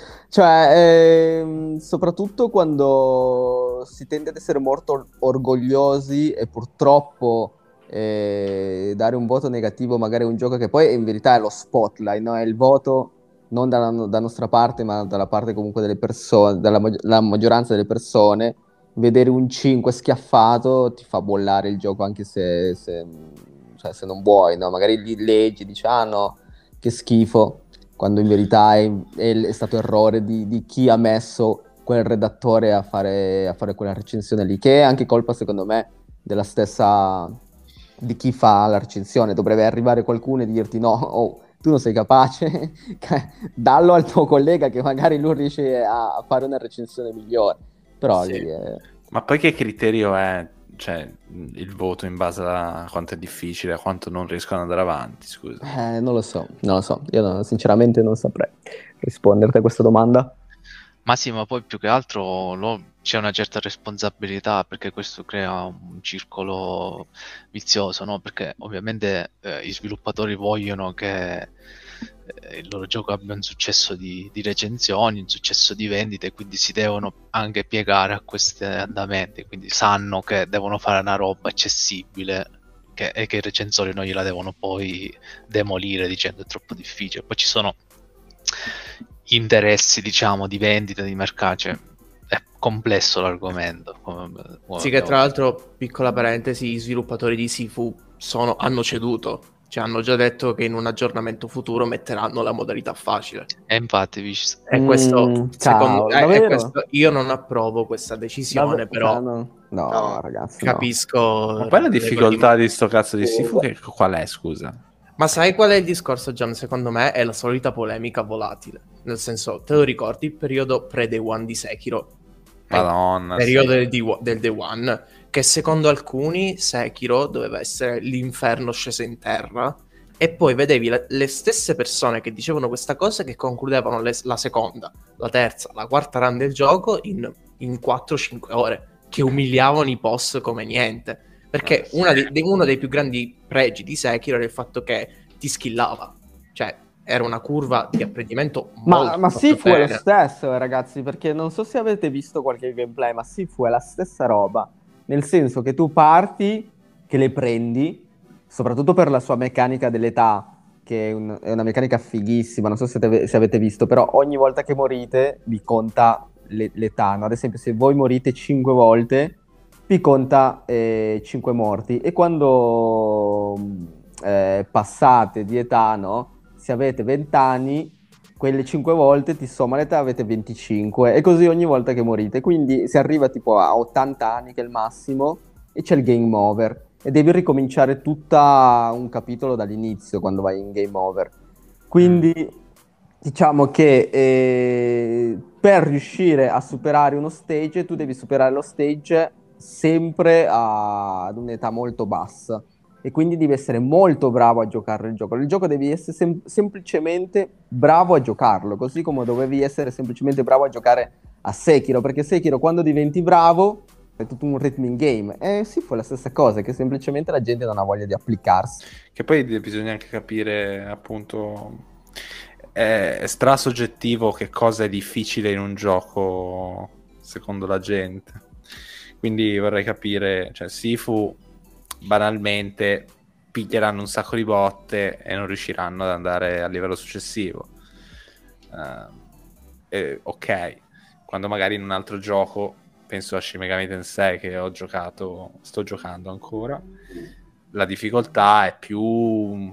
cioè, ehm, soprattutto quando si tende ad essere molto or- orgogliosi e purtroppo eh, dare un voto negativo magari a un gioco che poi in verità è lo spotlight, no? È il voto non dalla, da nostra parte, ma dalla parte comunque delle persone, dalla ma- la maggioranza delle persone. Vedere un cinque schiaffato ti fa bollare il gioco anche se, se, cioè, se non vuoi, no? Magari lì leggi, dici, ah no, che schifo, quando in verità è, è, è stato errore di, di chi ha messo quel redattore a fare, a fare quella recensione lì, che è anche colpa secondo me della stessa, di chi fa la recensione. Dovrebbe arrivare qualcuno e dirti no, oh, tu non sei capace, dallo al tuo collega che magari lui riesce a, a fare una recensione migliore. Però Sì. lì è... Ma poi che criterio è, cioè, il voto in base a quanto è difficile, a quanto non riescono ad andare avanti, scusa? Eh, non lo so, non lo so. Io no- sinceramente non saprei risponderti a questa domanda. Ma sì, ma poi più che altro lo- c'è una certa responsabilità perché questo crea un circolo vizioso, no? Perché ovviamente eh, i sviluppatori vogliono che eh, il loro gioco abbia un successo di, di recensioni, un successo di vendite, quindi si devono anche piegare a questi andamenti, quindi sanno che devono fare una roba accessibile che- e che i recensori non gliela devono poi demolire dicendo è troppo difficile. Poi ci sono interessi, diciamo, di vendita, di mercato, cioè è complesso l'argomento. come- come Sì, che abbiamo tra l'altro, piccola parentesi, gli sviluppatori di Sifu sono, hanno ceduto. Cioè, hanno già detto che in un aggiornamento futuro metteranno la modalità facile. E infatti, visto- E questo, Mm, secondo cavolo, eh, e davvero? questo, io non approvo questa decisione, Dave- però cioè, no, no, No. ragazzi, no. capisco. Ma poi la le difficoltà regole di sto cazzo di di- Sifu che qual è, scusa? Ma sai qual è il discorso, Gian? Secondo me è la solita polemica volatile. Nel senso, te lo ricordi il periodo pre-Day One di Sekiro? Madonna, Il periodo sì. del, D- del Day One, che secondo alcuni Sekiro doveva essere l'inferno sceso in terra, e poi vedevi le, le stesse persone che dicevano questa cosa che concludevano le- la seconda, la terza, la quarta run del gioco in, in quattro cinque ore, che umiliavano i boss come niente. Perché Eh, sì. una di- di- uno dei più grandi pregi di Sekiro era il fatto che ti skillava, cioè era una curva di apprendimento molto Ma, ma molto Sifu è lo bene. stesso, eh, ragazzi, perché non so se avete visto qualche gameplay, ma Sifu è la stessa roba, nel senso che tu parti, che le prendi, soprattutto per la sua meccanica dell'età, che è, un- è una meccanica fighissima, non so se, te- se avete visto, però ogni volta che morite vi conta le- l'età, no? Ad esempio, se voi morite cinque volte, vi conta cinque morti, e quando eh, passate di età, no? Se avete venti anni, quelle cinque volte ti somma l'età, avete venticinque, e così ogni volta che morite. Quindi si arriva tipo a ottanta anni, che è il massimo, e c'è il game over. E devi ricominciare tutto un capitolo dall'inizio quando vai in game over. Quindi diciamo che eh, per riuscire a superare uno stage, tu devi superare lo stage sempre a- ad un'età molto bassa. e quindi devi essere molto bravo a giocare il gioco. Il gioco devi essere sem- semplicemente bravo a giocarlo, così come dovevi essere semplicemente bravo a giocare a Sekiro, perché Sekiro quando diventi bravo è tutto un rhythm game. E sì, fu la stessa cosa, che semplicemente la gente non ha voglia di applicarsi. Che poi bisogna anche capire, appunto, è strasoggettivo che cosa è difficile in un gioco secondo la gente. Quindi vorrei capire, cioè Sifu banalmente piglieranno un sacco di botte e non riusciranno ad andare al livello successivo. Uh, eh, ok, quando magari in un altro gioco, penso a Shin Megami Tensei che ho giocato, sto giocando ancora, la difficoltà è più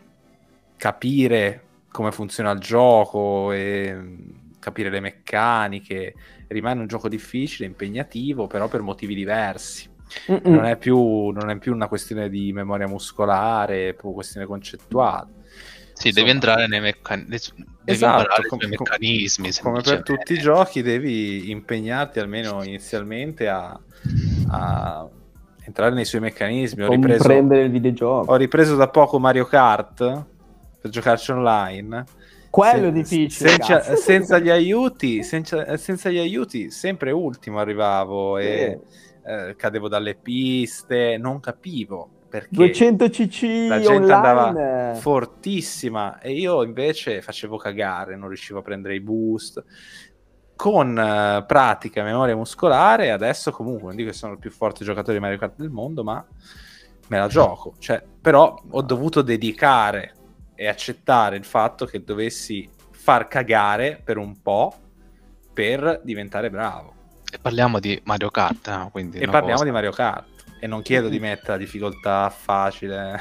capire come funziona il gioco e capire le meccaniche. Rimane un gioco difficile, impegnativo, però per motivi diversi. Non è, più, non è più una questione di memoria muscolare, è più questione concettuale. Sì, Insomma, devi entrare nei meccanismi, devi esatto, imparare com- i com- meccanismi. come per tutti i giochi devi impegnarti almeno inizialmente a, a entrare nei suoi meccanismi. Ho ripreso, comprendere il videogioco. Ho ripreso da poco Mario Kart per giocarci online. Quello è Sen- difficile, senza, cazzo. senza gli aiuti, senza, senza gli aiuti, sempre ultimo arrivavo e eh, cadevo dalle piste, non capivo perché duecento cc la gente online andava fortissima e io invece facevo cagare, non riuscivo a prendere i boost. Con uh, pratica, memoria muscolare, adesso comunque non dico che sono il più forte giocatore di Mario Kart del mondo, ma me la gioco. Cioè, però ho dovuto dedicare e accettare il fatto che dovessi far cagare per un po' per diventare bravo. E parliamo di Mario Kart, no? Quindi e una parliamo cosa. di Mario Kart. E non chiedo di mettere la difficoltà facile.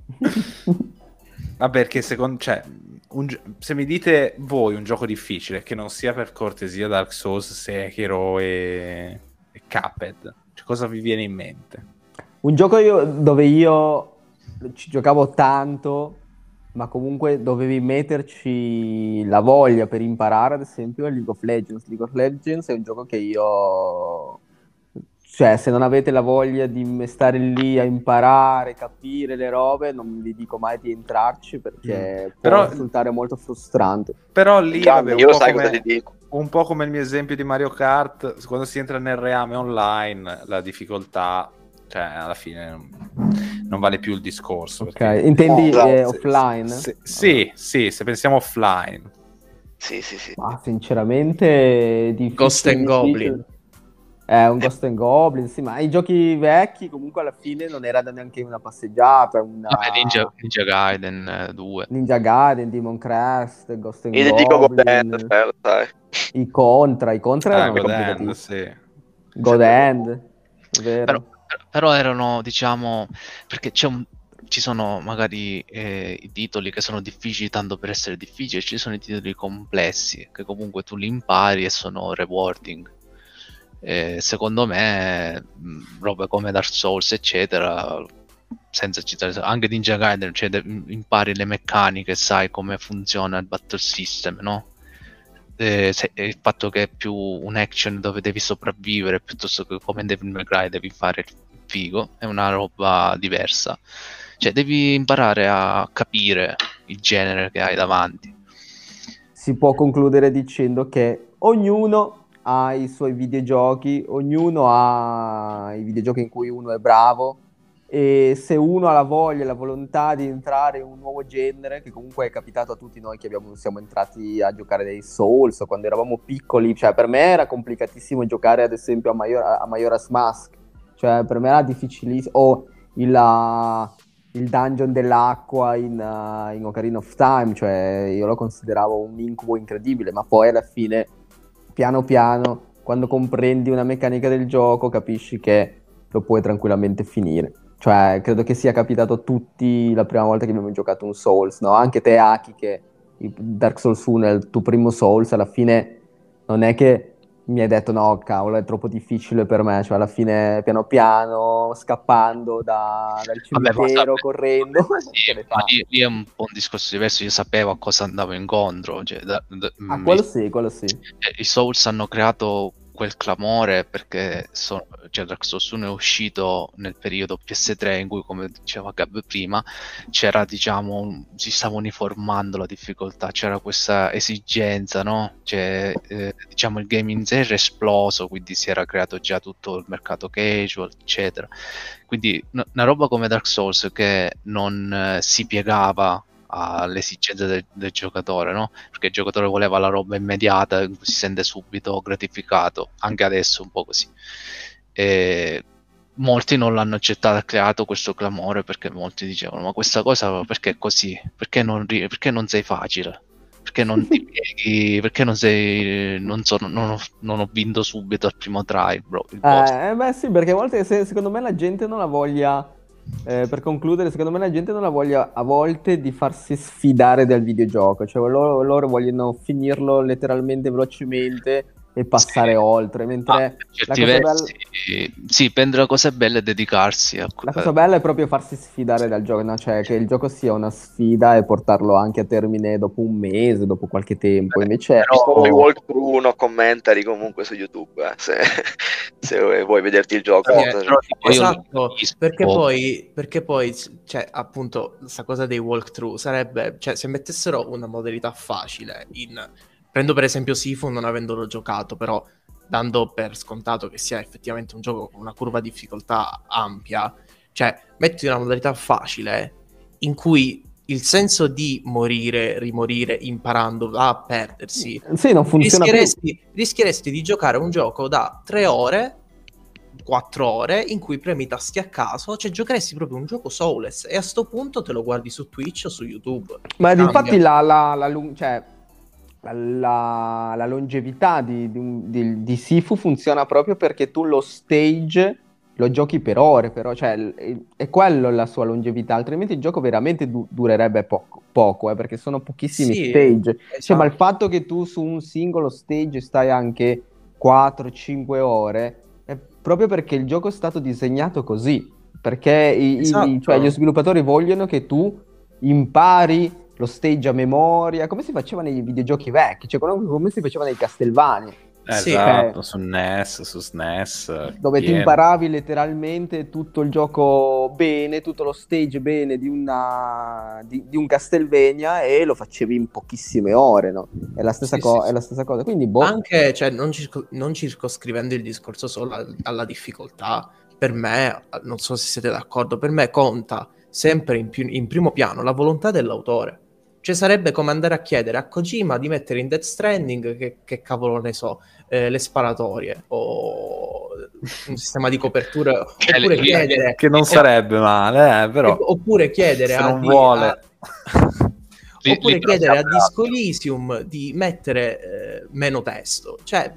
Ma perché secondo... Cioè, un, se mi dite voi un gioco difficile, che non sia per cortesia Dark Souls, Sekiro e, e Cuphead, cioè, cosa vi viene in mente? Un gioco io, dove io ci giocavo tanto, ma comunque dovevi metterci la voglia per imparare, ad esempio, è League of Legends. League of Legends è un gioco che io... Cioè, se non avete la voglia di stare lì a imparare, capire le robe, non vi dico mai di entrarci, perché Mm. può Però- risultare molto frustrante. Però lì, Gianni, vabbè, un io po' sai come- cosa ti dico. un po' come il mio esempio di Mario Kart, quando si entra nel reame online, la difficoltà, cioè alla fine non, non vale più il discorso. Ok, perché- intendi No, eh, se- offline? se- sì, sì, se pensiamo offline. Sì, sì, sì. Ma sinceramente è difficile, Ghost and difficile. Goblin. È un Ghost and Goblin, sì, ma i giochi vecchi comunque alla fine non era neanche una passeggiata, una... Vabbè, Ninja, Ninja Gaiden eh, due. Ninja Gaiden, Demon Crest, Ghost and Io ti dico Goblin, Godend, eh, sai. i Contra, i Contra Ah, erano godendo, complicatissimi. sì. God Hand, vero? Però, però erano, diciamo, perché c'è un, ci sono magari eh, i titoli che sono difficili tanto per essere difficili, ci sono i titoli complessi che comunque tu li impari e sono rewarding. Eh, secondo me mh, robe come Dark Souls eccetera, senza citare anche Ninja Gaiden, cioè de- impari le meccaniche, sai come funziona il battle system, no? Eh, se- il fatto che è più un action dove devi sopravvivere piuttosto che come in Devil May Cry devi fare il figo, è una roba diversa, cioè devi imparare a capire il genere che hai davanti. Si può concludere dicendo che ognuno ha i suoi videogiochi, ognuno ha i videogiochi in cui uno è bravo, e se uno ha la voglia e la volontà di entrare in un nuovo genere, che comunque è capitato a tutti noi che abbiamo, siamo entrati a giocare dei Souls o quando eravamo piccoli, cioè per me era complicatissimo giocare ad esempio a, Major- a Majora's Mask, cioè per me era difficilissimo, o il, uh, il dungeon dell'acqua in, uh, in Ocarina of Time, cioè io lo consideravo un incubo incredibile, ma poi alla fine piano piano, quando comprendi una meccanica del gioco, capisci che lo puoi tranquillamente finire. Cioè, credo che sia capitato a tutti la prima volta che abbiamo giocato un Souls, no? Anche te, Aki, che il Dark Souls uno è il tuo primo Souls, alla fine non è che mi hai detto no, cavolo, è troppo difficile per me, cioè alla fine piano piano, scappando da, dal Vabbè, ma cimitero, sape- correndo, Sì, te le ma fa. lì, lì è un po' un discorso diverso, io sapevo a cosa andavo incontro, cioè, da- da- Ah, mm, quello i, sì, quello sì. eh, i Souls hanno creato quel clamore perché so, cioè Dark Souls uno è uscito nel periodo P S tre in cui, come diceva Gab prima, c'era, diciamo, si stava uniformando la difficoltà, c'era questa esigenza, no? Cioè, eh, diciamo, il game in sé era esploso, quindi si era creato già tutto il mercato casual, eccetera. Quindi no, una roba come Dark Souls che non eh, si piegava alle esigenze del, del giocatore, no? Perché il giocatore voleva la roba immediata, si sente subito gratificato, anche adesso un po' così. E molti non l'hanno accettato, ha creato questo clamore perché molti dicevano: ma questa cosa perché è così? Perché non, perché non sei facile? Perché non ti pieghi? Perché non sei non, so, non, ho, non ho vinto subito al primo try, bro, il boss. Eh, beh sì, perché a volte se- secondo me la gente non ha voglia, eh, per concludere, secondo me la gente non ha voglia a volte di farsi sfidare dal videogioco, cioè loro, loro vogliono finirlo letteralmente velocemente e passare Sì. oltre, Ah, mentre per la certi cosa versi, bella... sì, prendere la cosa bella e dedicarsi a La cosa bella è proprio farsi sfidare dal gioco, no? Cioè che il gioco sia una sfida e portarlo anche a termine dopo un mese, dopo qualche tempo. Invece, Ci sono i però walkthrough, no commentary comunque su YouTube, eh, se, se vuoi vederti il gioco. Sì, però, eh, però tipo io lo esatto, capisco. perché poi, perché poi, cioè, appunto, questa cosa dei walkthrough sarebbe, cioè, se mettessero una modalità facile in... Prendo per esempio Sifu, non avendolo giocato, però dando per scontato che sia effettivamente un gioco con una curva di difficoltà ampia, cioè, metti una modalità facile in cui il senso di morire, rimorire, imparando va a perdersi. sì, non funziona più. Rischieresti, rischieresti di giocare un gioco da tre ore, quattro ore, in cui premi i tasti a caso, cioè giocheresti proprio un gioco soulless, e a sto punto te lo guardi su Twitch o su YouTube. Ma Cambia. infatti la, la, la lung- cioè, la, la- la longevità di, di, un- di- di Sifu funziona proprio perché tu lo stage lo giochi per ore, però, cioè, l- è quello la sua longevità, altrimenti il gioco veramente du- durerebbe poco, poco, eh, perché sono pochissimi Sì, stage. Cioè, ma il esatto. fatto che tu su un singolo stage stai anche quattro cinque ore è proprio perché il gioco è stato disegnato così, perché i- i- Esatto. cioè, gli sviluppatori vogliono che tu impari lo stage a memoria, come si faceva nei videogiochi vecchi, cioè come come si faceva nei Castlevania, Sì. Esatto, su N E S, su S N E S, dove ti pieno. imparavi letteralmente tutto il gioco bene, tutto lo stage bene di, una, di, di un Castlevania e lo facevi in pochissime ore, no? È la stessa, Sì, co- sì, è sì. la stessa cosa, quindi boh. Anche, cioè, non, circo- non circoscrivendo il discorso solo al- alla difficoltà, per me, non so se siete d'accordo, per me conta sempre in, più- in primo piano la volontà dell'autore. Cioè sarebbe come andare a chiedere a Kojima di mettere in Death Stranding, che, che cavolo ne so, eh, le sparatorie o un sistema di coperture, Cioè, oppure le- chiedere... Che non o- sarebbe male, eh, però oppure chiedere se a, non di- vuole. a- Li- oppure li chiedere a tracciamo Disco Elysium di mettere eh, meno testo. Cioè,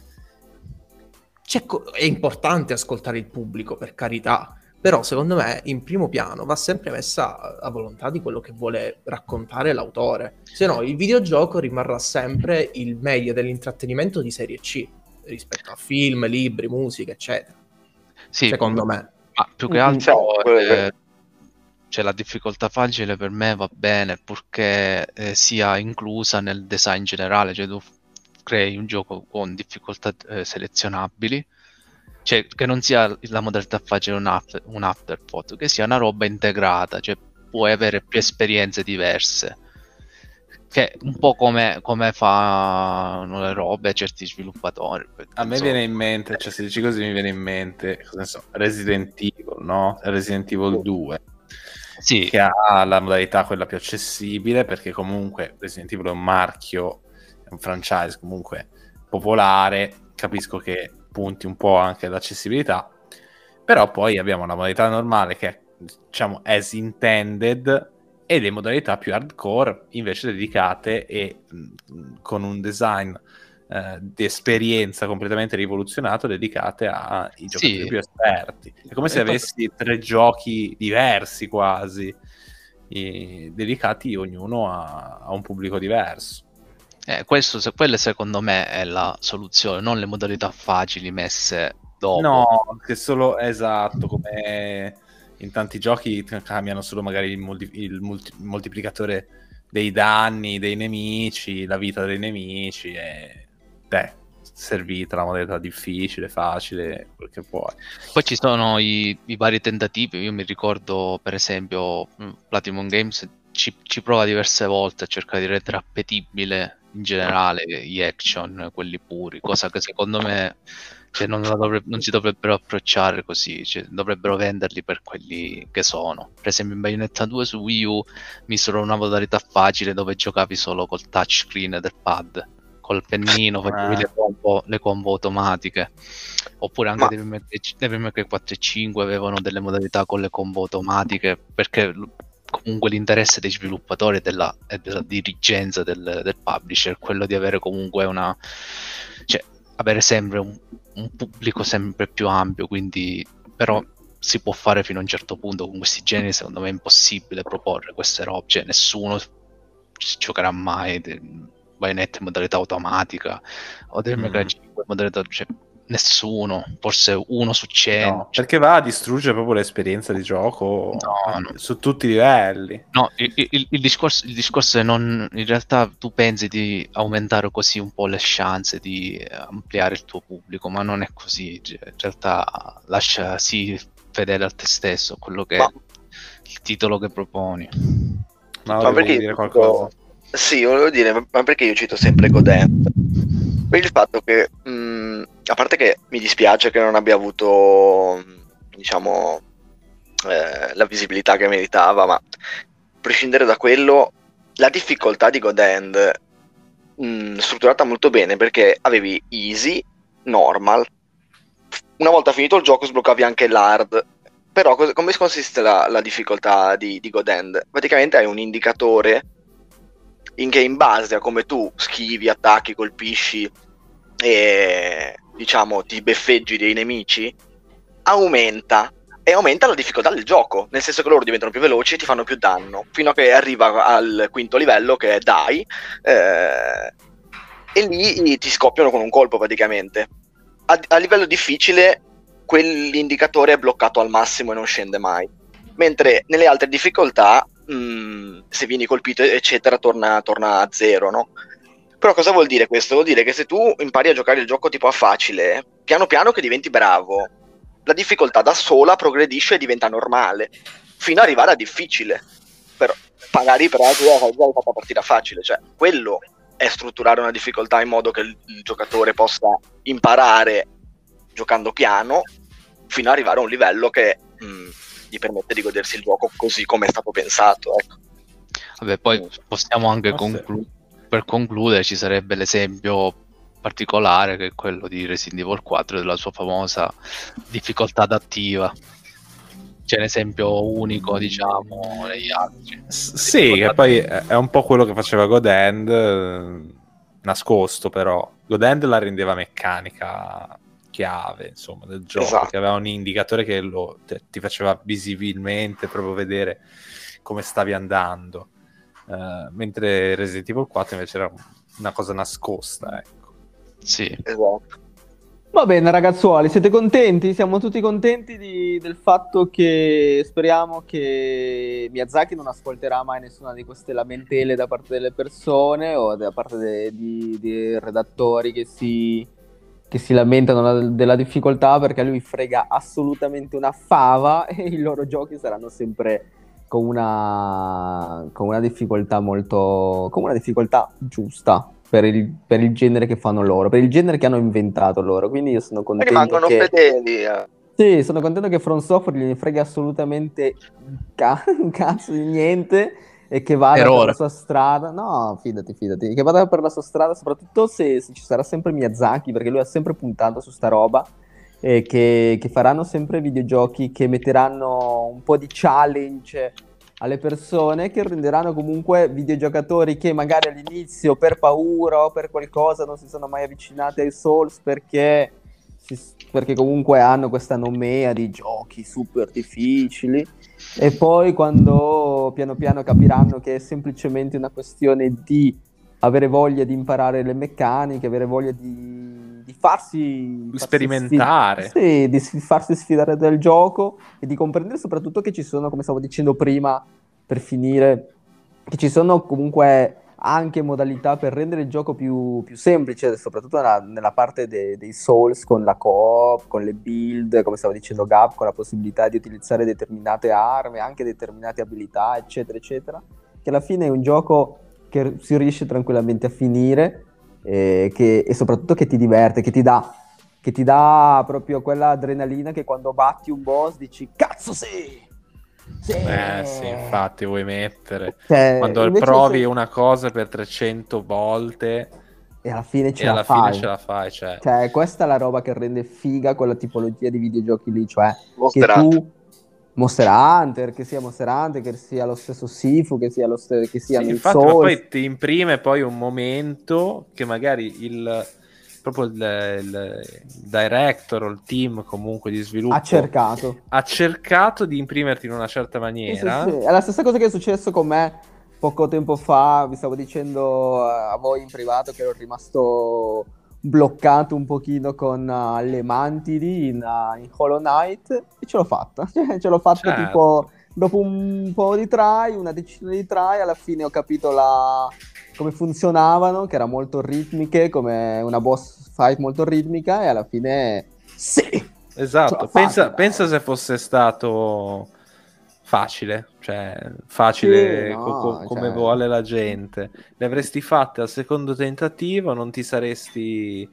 c'è co- è importante ascoltare il pubblico, per carità, però secondo me in primo piano va sempre messa a, a volontà di quello che vuole raccontare l'autore. Se no il videogioco rimarrà sempre il media dell'intrattenimento di serie C rispetto a film, libri, musica, eccetera. Sì, Secondo me. ma più che Mm, altro sì, quello è vero. eh, cioè la difficoltà facile per me va bene purché eh, sia inclusa nel design generale, cioè tu crei un gioco con difficoltà eh, selezionabili, cioè che non sia la modalità facile un, after, un afterthought, che sia una roba integrata, cioè puoi avere più esperienze diverse, che un po' come, come fanno le robe certi sviluppatori. A me Penso- viene in mente, cioè se dici così mi viene in mente, cosa ne so, Resident Evil, no? Resident Evil due, Sì, che ha la modalità quella più accessibile, perché comunque Resident Evil è un marchio, è un franchise comunque popolare, capisco che punti un po' anche all'accessibilità, però poi abbiamo la modalità normale che è, diciamo, as intended, e le modalità più hardcore invece dedicate e mh, con un design eh, di esperienza completamente rivoluzionato dedicate ai giocatori Sì. più esperti. È come se E poi- avessi tre giochi diversi quasi, e dedicati ognuno a, a un pubblico diverso. Eh, questo, se- quella secondo me è la soluzione, non le modalità facili messe dopo. No, che solo esatto, come in tanti giochi cambiano solo magari il, multi- il multi- il moltiplicatore dei danni dei nemici, la vita dei nemici, e te, servita la modalità difficile, facile, quel che vuoi. Poi ci sono i, i vari tentativi. Io mi ricordo, per esempio, Platinum Games ci, ci prova diverse volte a cercare di rendere appetibile in generale gli action, quelli puri, cosa che secondo me, cioè, non, la dovrebbe, non si dovrebbero approcciare così, cioè, dovrebbero venderli per quelli che sono. Per esempio in Bayonetta due su Wii U misero una modalità facile dove giocavi solo col touchscreen del pad, col pennino, facevi Ah. le combo, le combo automatiche. Oppure anche Ma- Devil May Cry- Devil May Cry quattro e cinque avevano delle modalità con le combo automatiche, perché l- comunque l'interesse dei sviluppatori e della, e della dirigenza del, del publisher è quello di avere comunque una, cioè avere sempre un, un pubblico sempre più ampio, quindi però si può fare fino a un certo punto. Con questi generi secondo me è impossibile proporre queste robe, cioè nessuno ci giocherà mai de- Bayonetta in modalità automatica o del Mm. Mega cinque in modalità, cioè nessuno, forse uno su cento. No, perché va a distruggere proprio l'esperienza di gioco No, no. su tutti i livelli. No, il, il- il discorso, il discorso è non, in realtà tu pensi di aumentare così un po' le chance di ampliare il tuo pubblico, ma non è così, cioè, in realtà lascia sì fedele a te stesso, a quello che Ma- è il titolo che proponi. Ma Ma volevi perché dire io qualcosa? cito- Sì, volevo dire, ma perché io cito sempre Godin? Per il fatto che, mh, a parte che mi dispiace che non abbia avuto, diciamo, eh, la visibilità che meritava, ma a prescindere da quello, la difficoltà di Godin mh, strutturata molto bene, perché avevi easy, normal, una volta finito il gioco sbloccavi anche l'hard. Però cos- come consiste la, la difficoltà di, di Godin? Praticamente hai un indicatore in che in base a come tu schivi, attacchi, colpisci e diciamo ti beffeggi dei nemici, aumenta e aumenta la difficoltà del gioco, nel senso che loro diventano più veloci e ti fanno più danno, fino a che arriva al quinto livello che è Die, eh, e lì ti scoppiano con un colpo praticamente. A, a livello difficile quell'indicatore è bloccato al massimo e non scende mai, mentre nelle altre difficoltà mh, se vieni colpito eccetera torna, torna a zero, no? Però cosa vuol dire questo? Vuol dire che se tu impari a giocare il gioco tipo a facile, piano piano che diventi bravo, la difficoltà da sola progredisce e diventa normale, fino ad arrivare a difficile. Però magari però tu hai già fatto partire a facile, cioè quello è strutturare una difficoltà in modo che il, il giocatore possa imparare giocando piano fino ad arrivare a un livello che mh, gli permette di godersi il gioco così come è stato pensato, ecco. Vabbè, poi possiamo anche Ah, sì. conclu- per concludere ci sarebbe l'esempio particolare che è quello di Resident Evil quattro, della sua famosa difficoltà adattiva. C'è un esempio unico, diciamo, negli altri. S- sì, che poi è è un po' quello che faceva Godend, eh, nascosto però. Godend la rendeva meccanica chiave, insomma, del gioco, Esatto. che aveva un indicatore che lo, te- ti faceva visibilmente proprio vedere come stavi andando. Eh, mentre Resident Evil quattro invece era una cosa nascosta, ecco. Sì. Esatto. Va bene ragazzuoli, siete contenti? Siamo tutti contenti di- del fatto che speriamo che Miyazaki non ascolterà mai nessuna di queste lamentele da parte delle persone o da parte de- di, di redattori che si, che si lamentano la- della difficoltà, perché a lui frega assolutamente una fava e i loro giochi saranno sempre con una, con una difficoltà molto, con una difficoltà giusta. Per il, per il genere che fanno loro, per il genere che hanno inventato loro. Quindi io sono E contento rimangono che fedeli a... sì, sono contento che From Software gli frega assolutamente un ca- un cazzo di niente e che vada Per per ora. la sua strada. No, fidati, fidati, che vada per la sua strada, soprattutto se, se ci sarà sempre Miyazaki, perché lui ha sempre puntato su sta roba e che, che faranno sempre videogiochi che metteranno un po' di challenge alle persone, che renderanno comunque videogiocatori che magari all'inizio per paura o per qualcosa non si sono mai avvicinati ai Souls perché, si- perché comunque hanno questa nomea di giochi super difficili, e poi quando piano piano capiranno che è semplicemente una questione di avere voglia di imparare le meccaniche, avere voglia di, di farsi farsi Sperimentare. sfi- sì, di s- farsi sfidare dal gioco e di comprendere soprattutto che ci sono, come stavo dicendo prima, per finire, che ci sono comunque anche modalità per rendere il gioco più, più semplice, soprattutto nella, nella parte de- dei Souls, con la co-op, con le build, come stavo dicendo Gab, con la possibilità di utilizzare determinate armi, anche determinate abilità, eccetera, eccetera, che alla fine è un gioco che si riesce tranquillamente a finire e, che, e soprattutto che ti diverte, che ti dà che ti dà proprio quella adrenalina che quando batti un boss dici cazzo sì! Sì! Eh sì, infatti vuoi mettere Cioè, quando invece provi se- una cosa per trecento volte e alla fine ce e la alla fai. fine ce la fai, cioè. Cioè, questa è la roba che rende figa quella tipologia di videogiochi lì, cioè Monster che Hunter. tu Monster Hunter, che sia Monster Hunter, che sia lo stesso Sifu, che sia lo ste- che siano Sì, i infatti, ma Souls. poi ti imprime poi un momento che magari il proprio il, il director o il team comunque di sviluppo Ha cercato. ha cercato di imprimerti in una certa Sì, sì, maniera. sì. È la stessa cosa che è successo con me poco tempo fa. Vi stavo dicendo a voi in privato che ero rimasto bloccato un pochino con uh, le mantidi in, uh, in Hollow Knight e ce l'ho fatta. Cioè, ce l'ho fatta Certo. tipo dopo un po' di try, una decina di try, alla fine ho capito la... come funzionavano, che era molto ritmiche, come una boss fight molto ritmica e alla fine sì! Ce Esatto, l'ho pensa, fatta. pensa se fosse stato facile, cioè facile Sì, no, co- co- come cioè- vuole la gente. Le avresti fatte al secondo tentativo, non ti saresti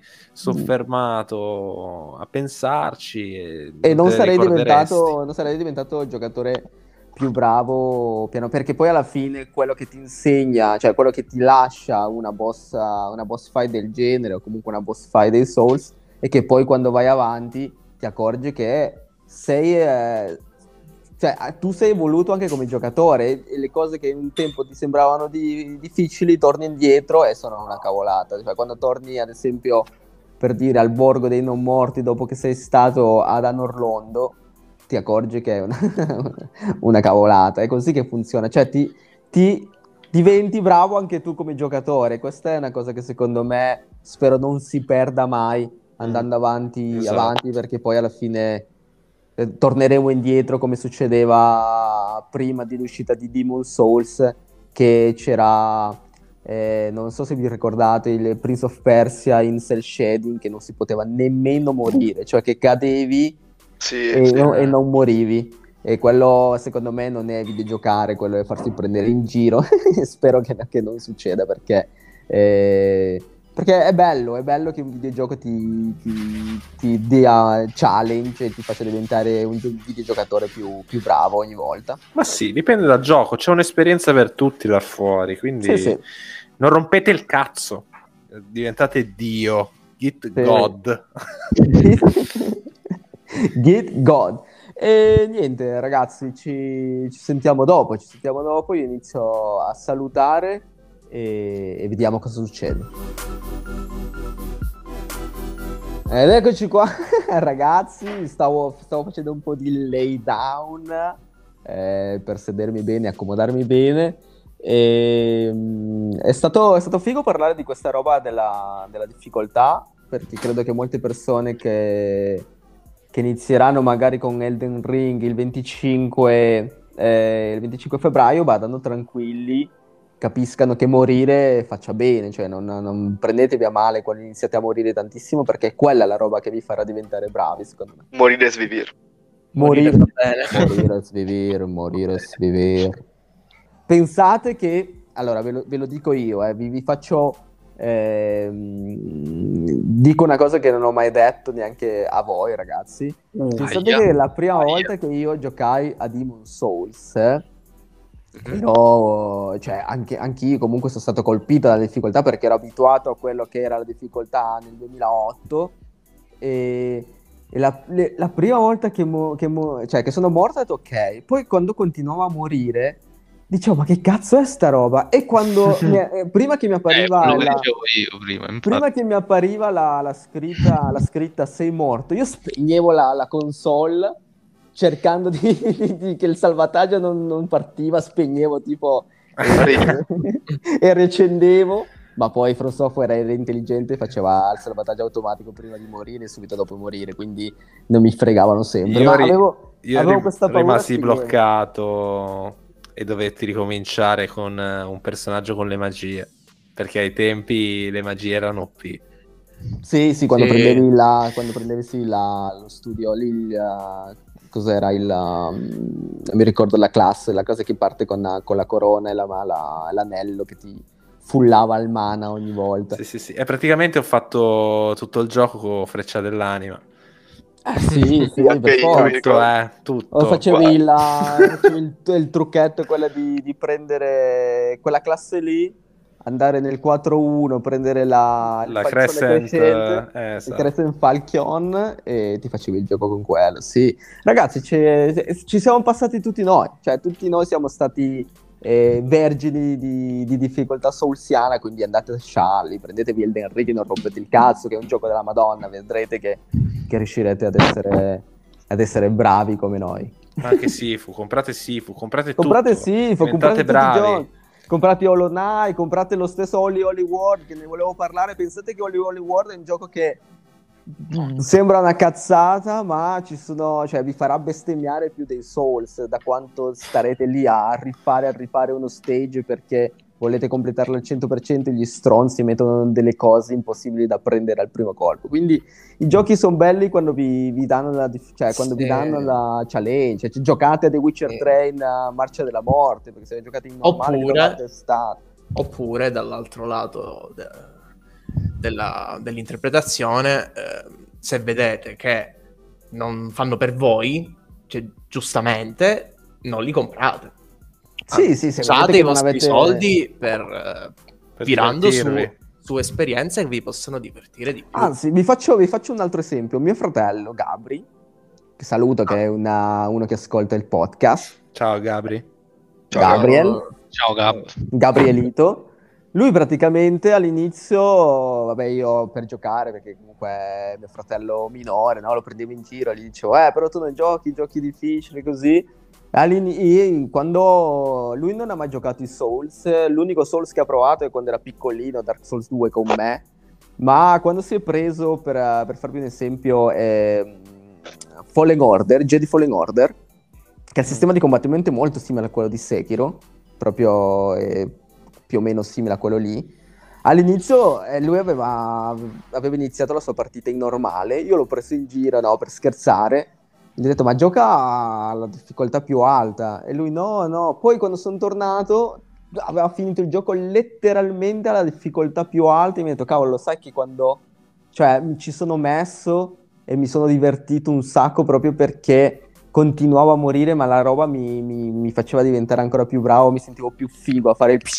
soffermato a pensarci e, E non te le sarei ricorderesti. diventato, non sarei diventato il giocatore più bravo piano, perché poi alla fine quello che ti insegna, cioè quello che ti lascia una boss, una boss fight del genere o comunque una boss fight dei Souls è che poi quando vai avanti ti accorgi che sei, eh, cioè tu sei evoluto anche come giocatore e, e le cose che un tempo ti sembravano di- difficili torni indietro e sono una cavolata. Cioè, quando torni ad esempio per dire al borgo dei non morti dopo che sei stato ad Anorlondo ti accorgi che è una, una cavolata, è così che funziona, cioè ti, ti diventi bravo anche tu come giocatore. Questa è una cosa che secondo me spero non si perda mai andando avanti, Esatto. avanti perché poi alla fine eh, torneremo indietro come succedeva prima dell'uscita di Demon Souls, che c'era eh, non so se vi ricordate il Prince of Persia in cel shading, che non si poteva nemmeno morire, cioè che cadevi Sì, e, sì. no- e non morivi. E quello secondo me non è videgiocare, quello è farsi prendere in giro. Spero che, che non succeda perché, eh, perché è bello, è bello che un videogioco ti, ti, ti dia challenge e ti faccia diventare un gio- videgiocatore più, più bravo ogni volta. Ma sì, dipende dal gioco, c'è un'esperienza per tutti là fuori, quindi Sì, sì. non rompete il cazzo, diventate Dio, Git Sì. God. Git God. E niente, ragazzi, ci, ci sentiamo dopo. Ci sentiamo dopo. Io inizio a salutare e, e vediamo cosa succede. Ed eccoci qua, ragazzi. Stavo, stavo facendo un po' di lay down eh, per sedermi bene, accomodarmi bene. E, mm, è stato, è stato figo parlare di questa roba della, della difficoltà, perché credo che molte persone che, che inizieranno magari con Elden Ring il venticinque, eh, il venticinque febbraio vadano tranquilli, capiscano che morire faccia bene, cioè non, non prendetevi a male quando iniziate a morire tantissimo, perché quella è la roba che vi farà diventare bravi, secondo me. Morire e svivir. Morire Morire, va bene. morire e svivere, morire e svivere. Pensate che, allora ve lo, ve lo dico io, eh, vi, vi faccio, ehm, dico una cosa che non ho mai detto neanche a voi ragazzi. Pensate Aia. che la prima Aia. volta che io giocai a Demon Souls, eh, ero, cioè anche anch'io comunque sono stato colpito dalla difficoltà perché ero abituato a quello che era la difficoltà nel duemilaotto e, e la, le- la prima volta che, mo- che mo- cioè, che sono morto ho detto ok, poi quando continuavo a morire dicevo ma che cazzo è sta roba? E quando mi- eh, prima che mi Eh, appariva quello che la, dicevo io prima, infatti. prima che mi appariva la, la scritta, la scritta sei morto, io spegnevo la, la console cercando di, di- che il salvataggio non, non partiva, spegnevo tipo e, e riaccendevo, ma poi From Software era intelligente, faceva il salvataggio automatico prima di morire e subito dopo morire, quindi non mi fregavano sempre. Io, Ma ri- avevo, io avevo ri- questa paura rimasi spegnevo. bloccato e dovetti ricominciare con eh, un personaggio con le magie. perché ai tempi le magie erano O P. Sì, sì, quando Sì. prendevi la, quando prendevi sì, la, lo studio lì, il, uh, cos'era il, um, non mi ricordo la classe, la classe che parte con, con la corona e la, la- l'anello che ti fullava il mana ogni volta. Sì, sì, sì. E praticamente ho fatto tutto il gioco con Freccia dell'Anima. Eh, sì, sì, Anche per io, forza. mi Tutto, ricordo. eh, tutto. O facevi, Guarda. la, facevi il, il trucchetto, quella di, di prendere quella classe lì, andare nel quattro uno, prendere la, il La falcione Crescent, crescente, eh, il esatto. Crescent Falcon, e ti facevi il gioco con quello. Sì, ragazzi, c'è- ci siamo passati tutti noi, cioè tutti noi siamo stati eh, vergini di, di difficoltà soulsiana, quindi andate a scialli, prendetevi Elden Ring, non rompete il cazzo, che è un gioco della Madonna, vedrete che, che riuscirete ad essere, ad essere bravi come noi. Ma anche Sifu, comprate Sifu, comprate Comprate tutto. Sifu, Diventate comprate tutti i bravi. giochi. Comprate Hollow Knight, comprate lo stesso Holy Holy World che ne volevo parlare. Pensate che Holy Holy World è un gioco che sembra una cazzata, ma ci sono, cioè, vi farà bestemmiare più dei Souls, da quanto starete lì a rifare a rifare uno stage perché volete completarlo al cento per cento e gli stronzi mettono delle cose impossibili da prendere al primo colpo. Quindi i giochi sono belli quando vi, vi danno la dif- cioè quando vi Sì. danno la challenge, cioè, giocate a The Witcher Sì. tre in uh, Marcia della Morte, perché se ne giocate in normale vi Oppure- trovate stato. Oppure dall'altro lato de- della- dell'interpretazione, eh, se vedete che non fanno per voi, cioè, giustamente non li comprate. Sì, sì, se vedete Usate che i non vostri avete- soldi per, eh, Per virando su, divertirvi. su esperienze che vi possono divertire di più. Anzi, vi faccio, vi faccio un altro esempio. Mio fratello Gabri, che saluto, che è una- uno che ascolta il podcast, Ciao Gabri. Ciao, Gabriel, Ciao Gab. Gabrielito. Lui praticamente all'inizio, vabbè, io per giocare, perché comunque è mio fratello minore, no? Lo prendevo in giro, gli dicevo, eh, però tu non giochi, giochi difficili, così. All'ini- quando lui non ha mai giocato i Souls, l'unico Souls che ha provato è quando era piccolino, Dark Souls due con me, ma quando si è preso, per, per farvi un esempio, eh, Fallen Order, Jedi Fallen Order, che è il sistema di combattimento è molto simile a quello di Sekiro, proprio eh, più o meno simile a quello lì. All'inizio eh, lui aveva, aveva iniziato la sua partita in normale, io l'ho preso in giro, no, per scherzare, gli ho detto ma gioca alla difficoltà più alta, e lui no, no, poi quando sono tornato aveva finito il gioco letteralmente alla difficoltà più alta e mi ha detto cavolo, sai che quando, cioè, mi ci sono messo e mi sono divertito un sacco proprio perché continuavo a morire, ma la roba mi, mi- mi faceva diventare ancora più bravo, mi sentivo più figo a fare il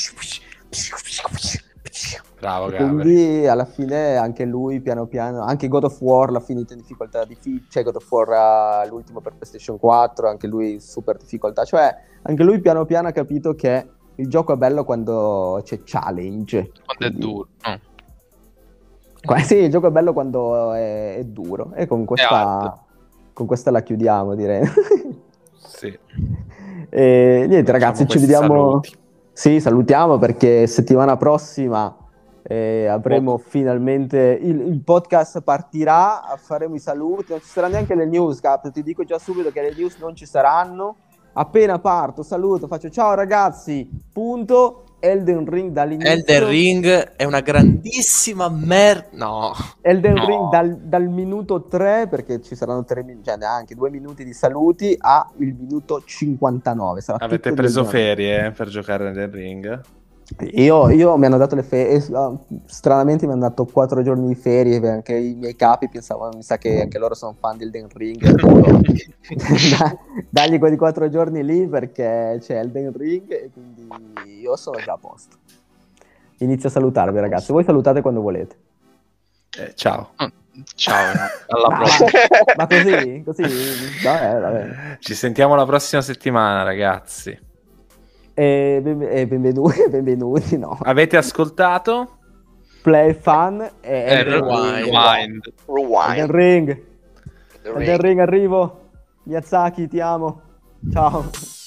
Bravo e Gabri. quindi alla fine anche lui piano piano, anche God of War l'ha finito in difficoltà difficile, cioè God of War uh, l'ultimo per PlayStation quattro, anche lui super difficoltà, cioè anche lui piano piano ha capito che il gioco è bello quando c'è challenge. Quando è Quindi- duro. No. Qua- sì, il gioco è bello quando è, è duro, e con questa, hard. con questa la chiudiamo, direi. Sì. E niente, Facciamo ragazzi, ci questi vediamo. saluti. Sì, salutiamo perché settimana prossima eh, avremo finalmente il, il podcast partirà, faremo i saluti, non ci sarà neanche le news, Cap, ti dico già subito che le news non ci saranno. Appena parto, saluto, faccio ciao ragazzi, punto. Elden Ring dall'inizio. Elden Ring è una grandissima merda. No. Elden No. Ring dal, dal minuto tre, perché ci saranno tre minuti, cioè neanche due minuti di saluti, a il minuto cinquantanove. Sarà Avete tutto di preso Elden Ring. ferie eh, per giocare nel ring? Io, io mi hanno dato le ferie, stranamente mi hanno dato quattro giorni di ferie, perché anche i miei capi pensavano, mi sa che anche loro sono fan di Elden Ring, da, dagli quei quattro giorni lì perché c'è Elden Ring e quindi io sono già a posto. Inizio a salutarvi ragazzi, voi salutate quando volete. Eh, ciao. Ciao, alla Ma, prossima. ma così, così, vabbè, vabbè. Ci sentiamo la prossima settimana, ragazzi. E, ben- e benvenuti, benvenuti, no. Avete ascoltato? Play Fun e Eh, Elden Rewind. Ring. Rewind. Elden Rewind. Ring. The Elden Ring. Ring arrivo. Miyazaki, ti amo. Ciao.